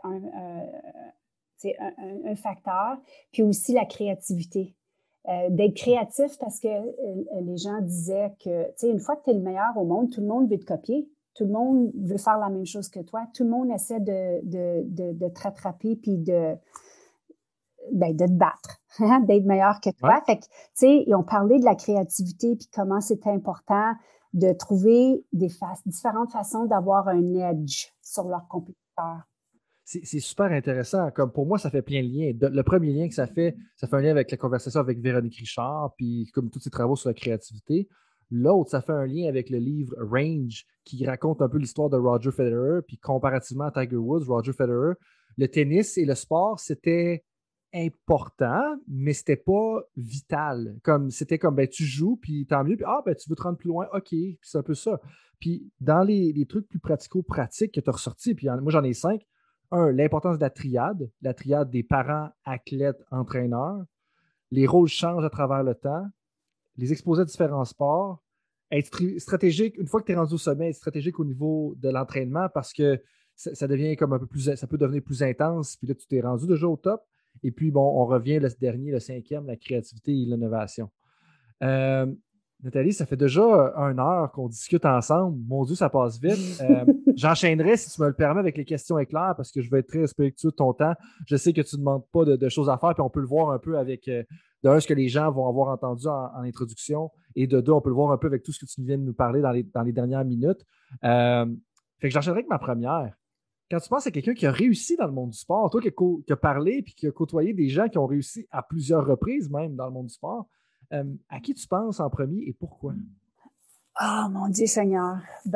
un facteur. Puis aussi la créativité. D'être créatif parce que les gens disaient que, tu sais, une fois que tu es le meilleur au monde, tout le monde veut te copier. Tout le monde veut faire la même chose que toi. Tout le monde essaie de te rattraper puis de te battre, d'être meilleur que toi. Ouais. Fait que, tu sais, ils ont parlé de la créativité puis comment c'était important de trouver différentes façons d'avoir un edge sur leurs compétiteurs. C'est super intéressant. Comme pour moi, ça fait plein de liens. Le premier lien que ça fait un lien avec la conversation avec Véronique Richard, puis comme tous ses travaux sur la créativité. L'autre, ça fait un lien avec le livre Range, qui raconte un peu l'histoire de Roger Federer, puis comparativement à Tiger Woods, Roger Federer, le tennis et le sport, c'était important, mais c'était pas vital. C'était comme tu joues, puis tant mieux, puis tu veux te rendre plus loin, OK, puis c'est un peu ça. Puis dans les trucs plus pratico-pratiques que tu as ressortis, puis moi j'en ai 5. L'importance de la triade des parents, athlètes, entraîneurs. Les rôles changent à travers le temps. Les exposer à différents sports. Être stratégique, une fois que tu es rendu au sommet, être stratégique au niveau de l'entraînement parce que ça devient comme un peu plus, ça peut devenir plus intense. Puis là, tu t'es rendu déjà au top. Et puis, bon, on revient le dernier, le 5e, la créativité et l'innovation. Nathalie, ça fait déjà 1 heure qu'on discute ensemble. Mon Dieu, ça passe vite. J'enchaînerai, si tu me le permets, avec les questions éclairs parce que je vais être très respectueux de ton temps. Je sais que tu ne demandes pas de choses à faire, puis on peut le voir un peu avec, de ce que les gens vont avoir entendu en introduction, et de deux, on peut le voir un peu avec tout ce que tu viens de nous parler dans les dernières minutes. Fait que j'enchaînerai avec ma première. Quand tu penses à quelqu'un qui a réussi dans le monde du sport, toi qui a parlé et qui a côtoyé des gens qui ont réussi à plusieurs reprises même dans le monde du sport, à qui tu penses en premier et pourquoi? Oh, mon Dieu Seigneur.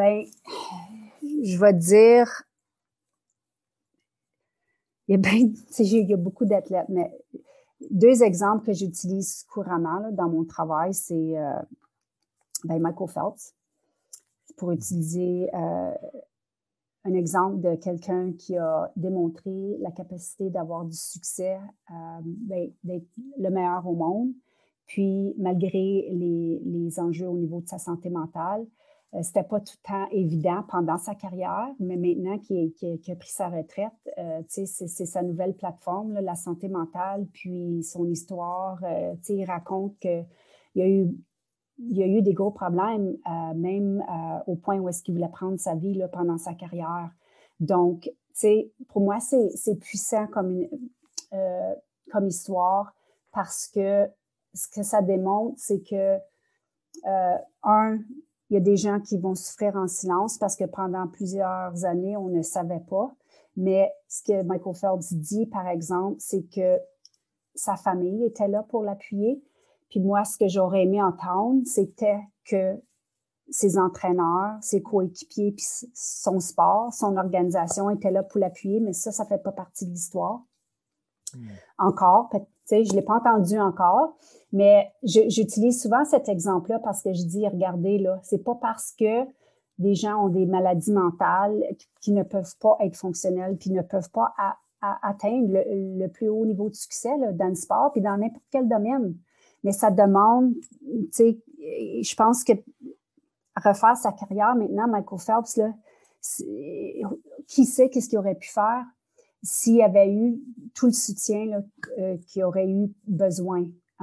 Je vais te dire, il y a beaucoup d'athlètes, mais deux exemples que j'utilise couramment là, dans mon travail, c'est Michael Phelps, pour utiliser un exemple de quelqu'un qui a démontré la capacité d'avoir du succès, d'être le meilleur au monde. Puis, malgré les enjeux au niveau de sa santé mentale, c'était pas tout le temps évident pendant sa carrière, mais maintenant qu'il a pris sa retraite, c'est sa nouvelle plateforme, là, la santé mentale, puis son histoire. Il raconte qu'il y a eu des gros problèmes, même au point où est-ce qu'il voulait prendre sa vie là, pendant sa carrière. Donc, pour moi, c'est puissant comme histoire parce que ce que ça démontre, c'est que, il y a des gens qui vont souffrir en silence parce que pendant plusieurs années, on ne savait pas. Mais ce que Michael Phelps dit, par exemple, c'est que sa famille était là pour l'appuyer. Puis moi, ce que j'aurais aimé entendre, c'était que ses entraîneurs, ses coéquipiers, puis son sport, son organisation étaient là pour l'appuyer, mais ça fait pas partie de l'histoire. Encore, je ne l'ai pas entendu encore, mais j'utilise souvent cet exemple-là parce que je dis, regardez, là, c'est pas parce que des gens ont des maladies mentales qui ne peuvent pas être fonctionnels puis ne peuvent pas atteindre le plus haut niveau de succès là, dans le sport puis dans n'importe quel domaine. Mais ça demande, je pense que refaire sa carrière maintenant, Michael Phelps, là, qui sait qu'est-ce qu'il aurait pu faire s'il avait eu tout le soutien là, qu'il aurait eu besoin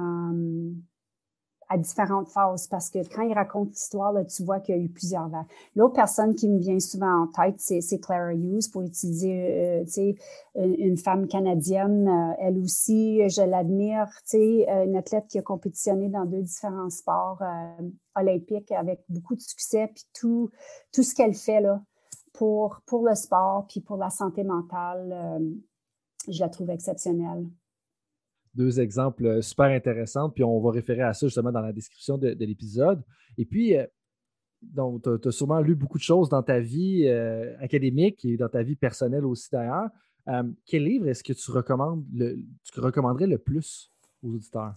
à différentes phases. Parce que quand il raconte l'histoire, là, tu vois qu'il y a eu plusieurs vagues. L'autre personne qui me vient souvent en tête, c'est Clara Hughes, pour utiliser une femme canadienne. Elle aussi, je l'admire, une athlète qui a compétitionné dans 2 différents sports olympiques avec beaucoup de succès. Puis tout ce qu'elle fait là, pour le sport puis pour la santé mentale, je la trouve exceptionnelle. 2 exemples super intéressants, puis on va référer à ça justement dans la description de l'épisode. Et puis, donc, tu as sûrement lu beaucoup de choses dans ta vie académique et dans ta vie personnelle aussi d'ailleurs. Quel livre est-ce que tu recommanderais le plus aux auditeurs?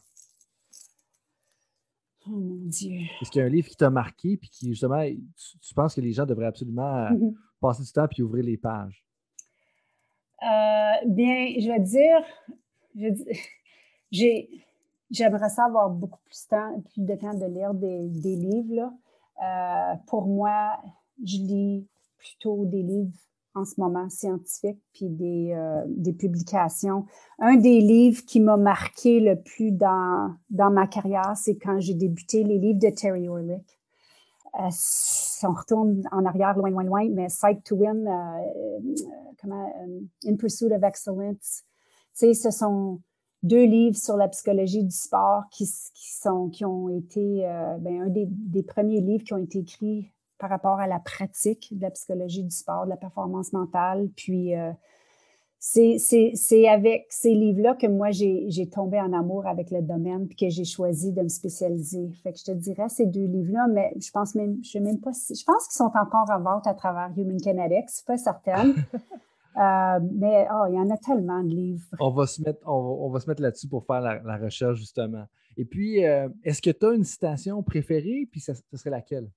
Oh mon Dieu! Est-ce qu'il y a un livre qui t'a marqué puis qui, justement, tu penses que les gens devraient absolument passer du temps puis ouvrir les pages? Bien, je vais dire, j'aimerais ça avoir beaucoup plus de temps de lire des livres. Là. Pour moi, je lis plutôt des livres en ce moment scientifiques puis des publications. Un des livres qui m'a marqué le plus dans ma carrière, c'est quand j'ai débuté les livres de Terry Orlick. Si on retourne en arrière, loin, mais Sight to Win, In Pursuit of Excellence, ce sont 2 livres sur la psychologie du sport qui ont été un des premiers livres qui ont été écrits par rapport à la pratique de la psychologie du sport, de la performance mentale. Puis, c'est avec ces livres-là que moi, j'ai tombé en amour avec le domaine puis que j'ai choisi de me spécialiser. Fait que je te dirais ces 2 livres-là, mais je pense qu'ils sont encore en vente à travers Human Kinetics, je suis pas certaine. Mais il y en a tellement de livres. On va se mettre là-dessus pour faire la recherche, justement. Et puis, est-ce que tu as une citation préférée? Puis, ça serait laquelle?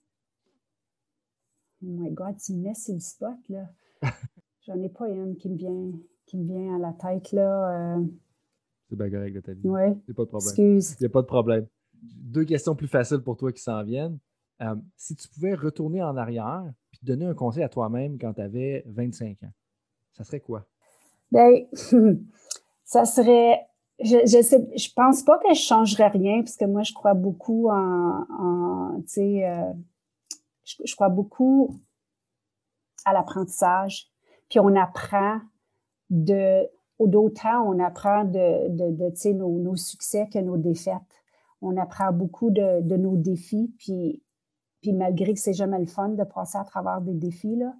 Oh my God, tu me mets sur le spot, là. J'en ai pas une qui me vient à la tête, là. C'est bien correct de ta vie. Oui. Il n'y a pas de problème. Excuse. Il n'y a pas de problème. 2 questions plus faciles pour toi qui s'en viennent. Si tu pouvais retourner en arrière puis te donner un conseil à toi-même quand tu avais 25 ans, ça serait quoi? Bien, ça serait... Je pense pas que je changerais rien parce que moi, je crois beaucoup je crois beaucoup à l'apprentissage. Puis on apprend d'autant on apprend de nos succès que nos défaites. On apprend beaucoup de nos défis, puis malgré que c'est jamais le fun de passer à travers des défis, là,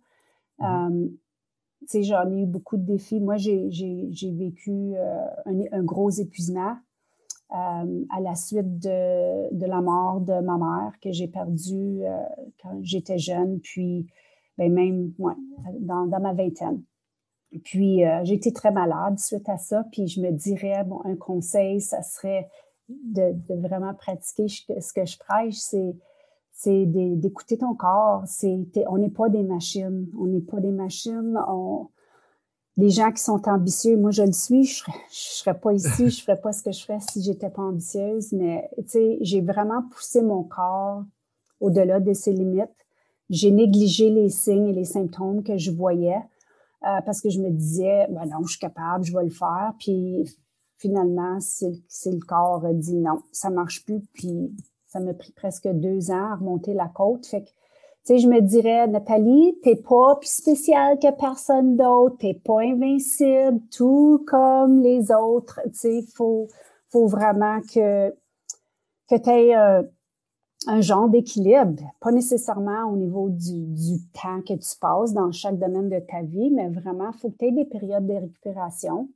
j'en ai eu beaucoup de défis. Moi, j'ai vécu un gros épuisement à la suite de la mort de ma mère que j'ai perdue quand j'étais jeune, puis même dans ma vingtaine. Puis, j'ai été très malade suite à ça. Puis, je me dirais, bon, un conseil, ça serait de vraiment pratiquer ce que je prêche, c'est d'écouter ton corps. On n'est pas des machines. On n'est pas des machines. Les gens qui sont ambitieux, moi, je le suis. Je serais pas ici. Je ferais pas ce que je ferais si j'étais pas ambitieuse. Mais, tu sais, j'ai vraiment poussé mon corps au-delà de ses limites. J'ai négligé les signes et les symptômes que je voyais. Parce que je me disais, ben non, je suis capable, je vais le faire. Puis finalement, c'est le corps a dit non, ça marche plus. Puis ça m'a pris presque 2 ans à remonter la côte. Fait que, tu sais, je me dirais, Nathalie, t'es pas plus spéciale que personne d'autre, t'es pas invincible, tout comme les autres. Tu sais, faut vraiment que t'aies un genre d'équilibre, pas nécessairement au niveau du temps que tu passes dans chaque domaine de ta vie, mais vraiment, il faut que tu aies des périodes de récupération,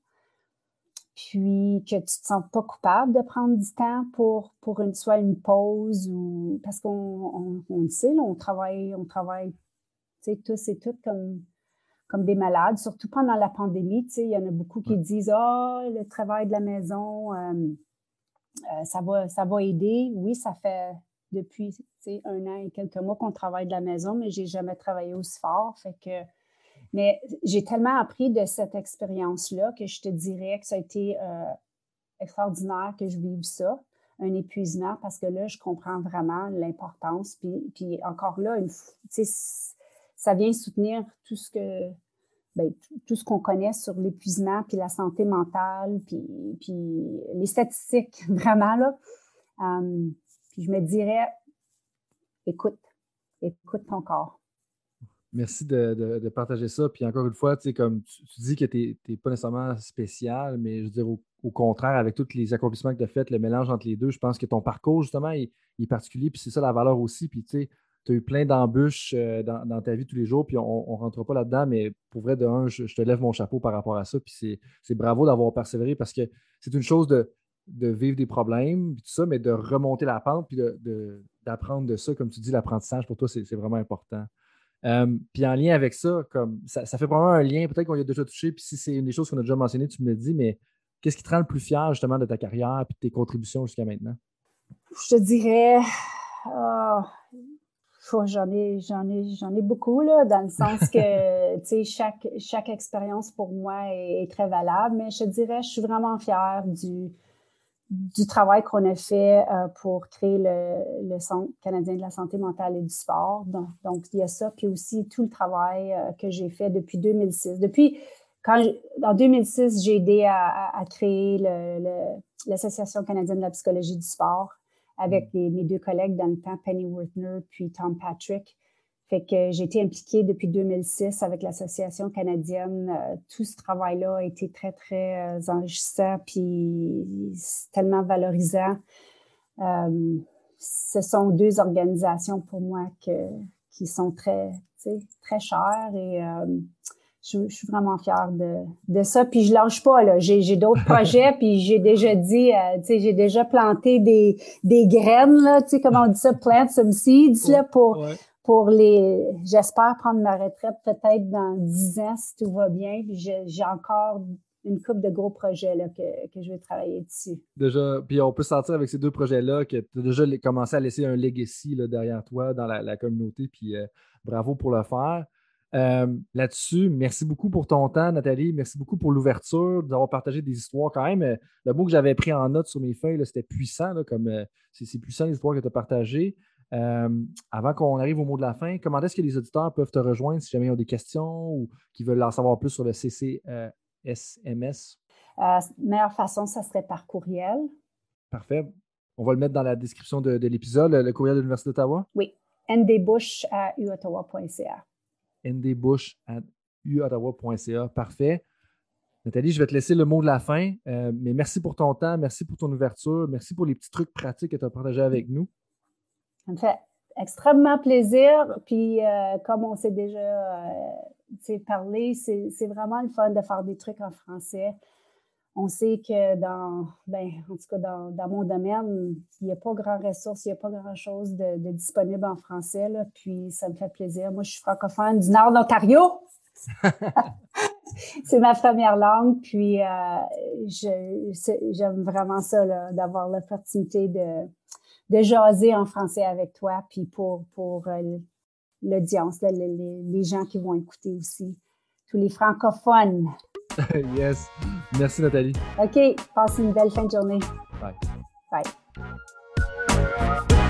puis que tu ne te sentes pas coupable de prendre du temps pour soit une pause ou parce qu'on le sait, là, on travaille tu sais, tous et toutes comme des malades, surtout pendant la pandémie. Tu sais, il y en a beaucoup qui disent « Ah, le travail de la maison, ça va aider. » Oui, ça fait depuis 1 an et quelques mois qu'on travaille de la maison, mais j'ai jamais travaillé aussi fort. Mais j'ai tellement appris de cette expérience-là que je te dirais que ça a été extraordinaire que je vive ça, un épuisement, parce que là, je comprends vraiment l'importance. Puis encore là, ça vient soutenir tout ce qu'on connaît sur l'épuisement, puis la santé mentale, puis les statistiques, vraiment, là. Puis je me dirais, écoute ton corps. Merci de partager ça. Puis encore une fois, tu sais, comme tu dis que tu n'es pas nécessairement spécial, mais je veux dire, au contraire, avec tous les accomplissements que tu as faits, le mélange entre les deux, je pense que ton parcours, justement, il est particulier. Puis c'est ça la valeur aussi. Puis tu sais, tu as eu plein d'embûches dans ta vie tous les jours. Puis on ne rentre pas là-dedans, mais pour vrai, de un, je te lève mon chapeau par rapport à ça. Puis c'est bravo d'avoir persévéré parce que c'est une chose de vivre des problèmes, puis tout ça, mais de remonter la pente, puis d'apprendre de ça. Comme tu dis, l'apprentissage, pour toi, c'est vraiment important. Puis en lien avec ça, comme ça fait probablement un lien, peut-être qu'on y a déjà touché, puis si c'est une des choses qu'on a déjà mentionnées, tu me le dis, mais qu'est-ce qui te rend le plus fier justement de ta carrière et de tes contributions jusqu'à maintenant? Je te dirais, j'en ai beaucoup, là, dans le sens que, tu sais, chaque expérience pour moi est très valable, mais je te dirais, je suis vraiment fière du travail qu'on a fait pour créer le Centre canadien de la santé mentale et du sport. Donc il y a ça, puis aussi tout le travail que j'ai fait depuis 2006. En 2006, j'ai aidé à créer l'Association canadienne de la psychologie du sport avec mes 2 collègues dans le temps, Penny Wertner puis Tom Patrick. Fait que j'ai été impliquée depuis 2006 avec l'Association canadienne. Tout ce travail-là a été très, très enrichissant, puis c'est tellement valorisant. Ce sont 2 organisations pour moi qui sont très, très chères et je suis vraiment fière de ça. Puis je lâche pas, là. J'ai d'autres projets, puis j'ai déjà dit, j'ai déjà planté des graines, là, comme on dit ça, plant some seeds, là, j'espère prendre ma retraite peut-être dans 10 ans si tout va bien. Puis j'ai encore une couple de gros projets là, que je vais travailler dessus. Déjà, puis on peut sentir avec ces 2 projets-là que tu as déjà commencé à laisser un legacy là, derrière toi dans la communauté, puis bravo pour le faire. Là-dessus, merci beaucoup pour ton temps, Nathalie. Merci beaucoup pour l'ouverture, d'avoir partagé des histoires quand même. Le mot que j'avais pris en note sur mes feuilles, là, c'était puissant, là, comme c'est puissant les histoires que tu as partagées. Avant qu'on arrive au mot de la fin, comment est-ce que les auditeurs peuvent te rejoindre si jamais ils ont des questions ou qui veulent en savoir plus sur le CCSMS? Meilleure façon, ça serait par courriel. Parfait. On va le mettre dans la description de l'épisode, le courriel de l'Université d'Ottawa. Oui, ndbush@uottawa.ca. ndbush@uottawa.ca. Parfait. Nathalie, je vais te laisser le mot de la fin, mais merci pour ton temps, merci pour ton ouverture, merci pour les petits trucs pratiques que tu as partagés avec nous. Ça me fait extrêmement plaisir. Puis, comme on s'est déjà parlé, c'est vraiment le fun de faire des trucs en français. On sait que en tout cas, dans mon domaine, il n'y a pas grand ressource, il n'y a pas grand-chose de disponible en français. Là, puis, ça me fait plaisir. Moi, je suis francophone du nord de l'Ontario. C'est ma première langue, puis j'aime vraiment ça, là, d'avoir l'opportunité de jaser en français avec toi, puis pour l'audience, là, les gens qui vont écouter aussi, tous les francophones. Yes. Merci, Nathalie. OK. Passe une belle fin de journée. Bye. Bye.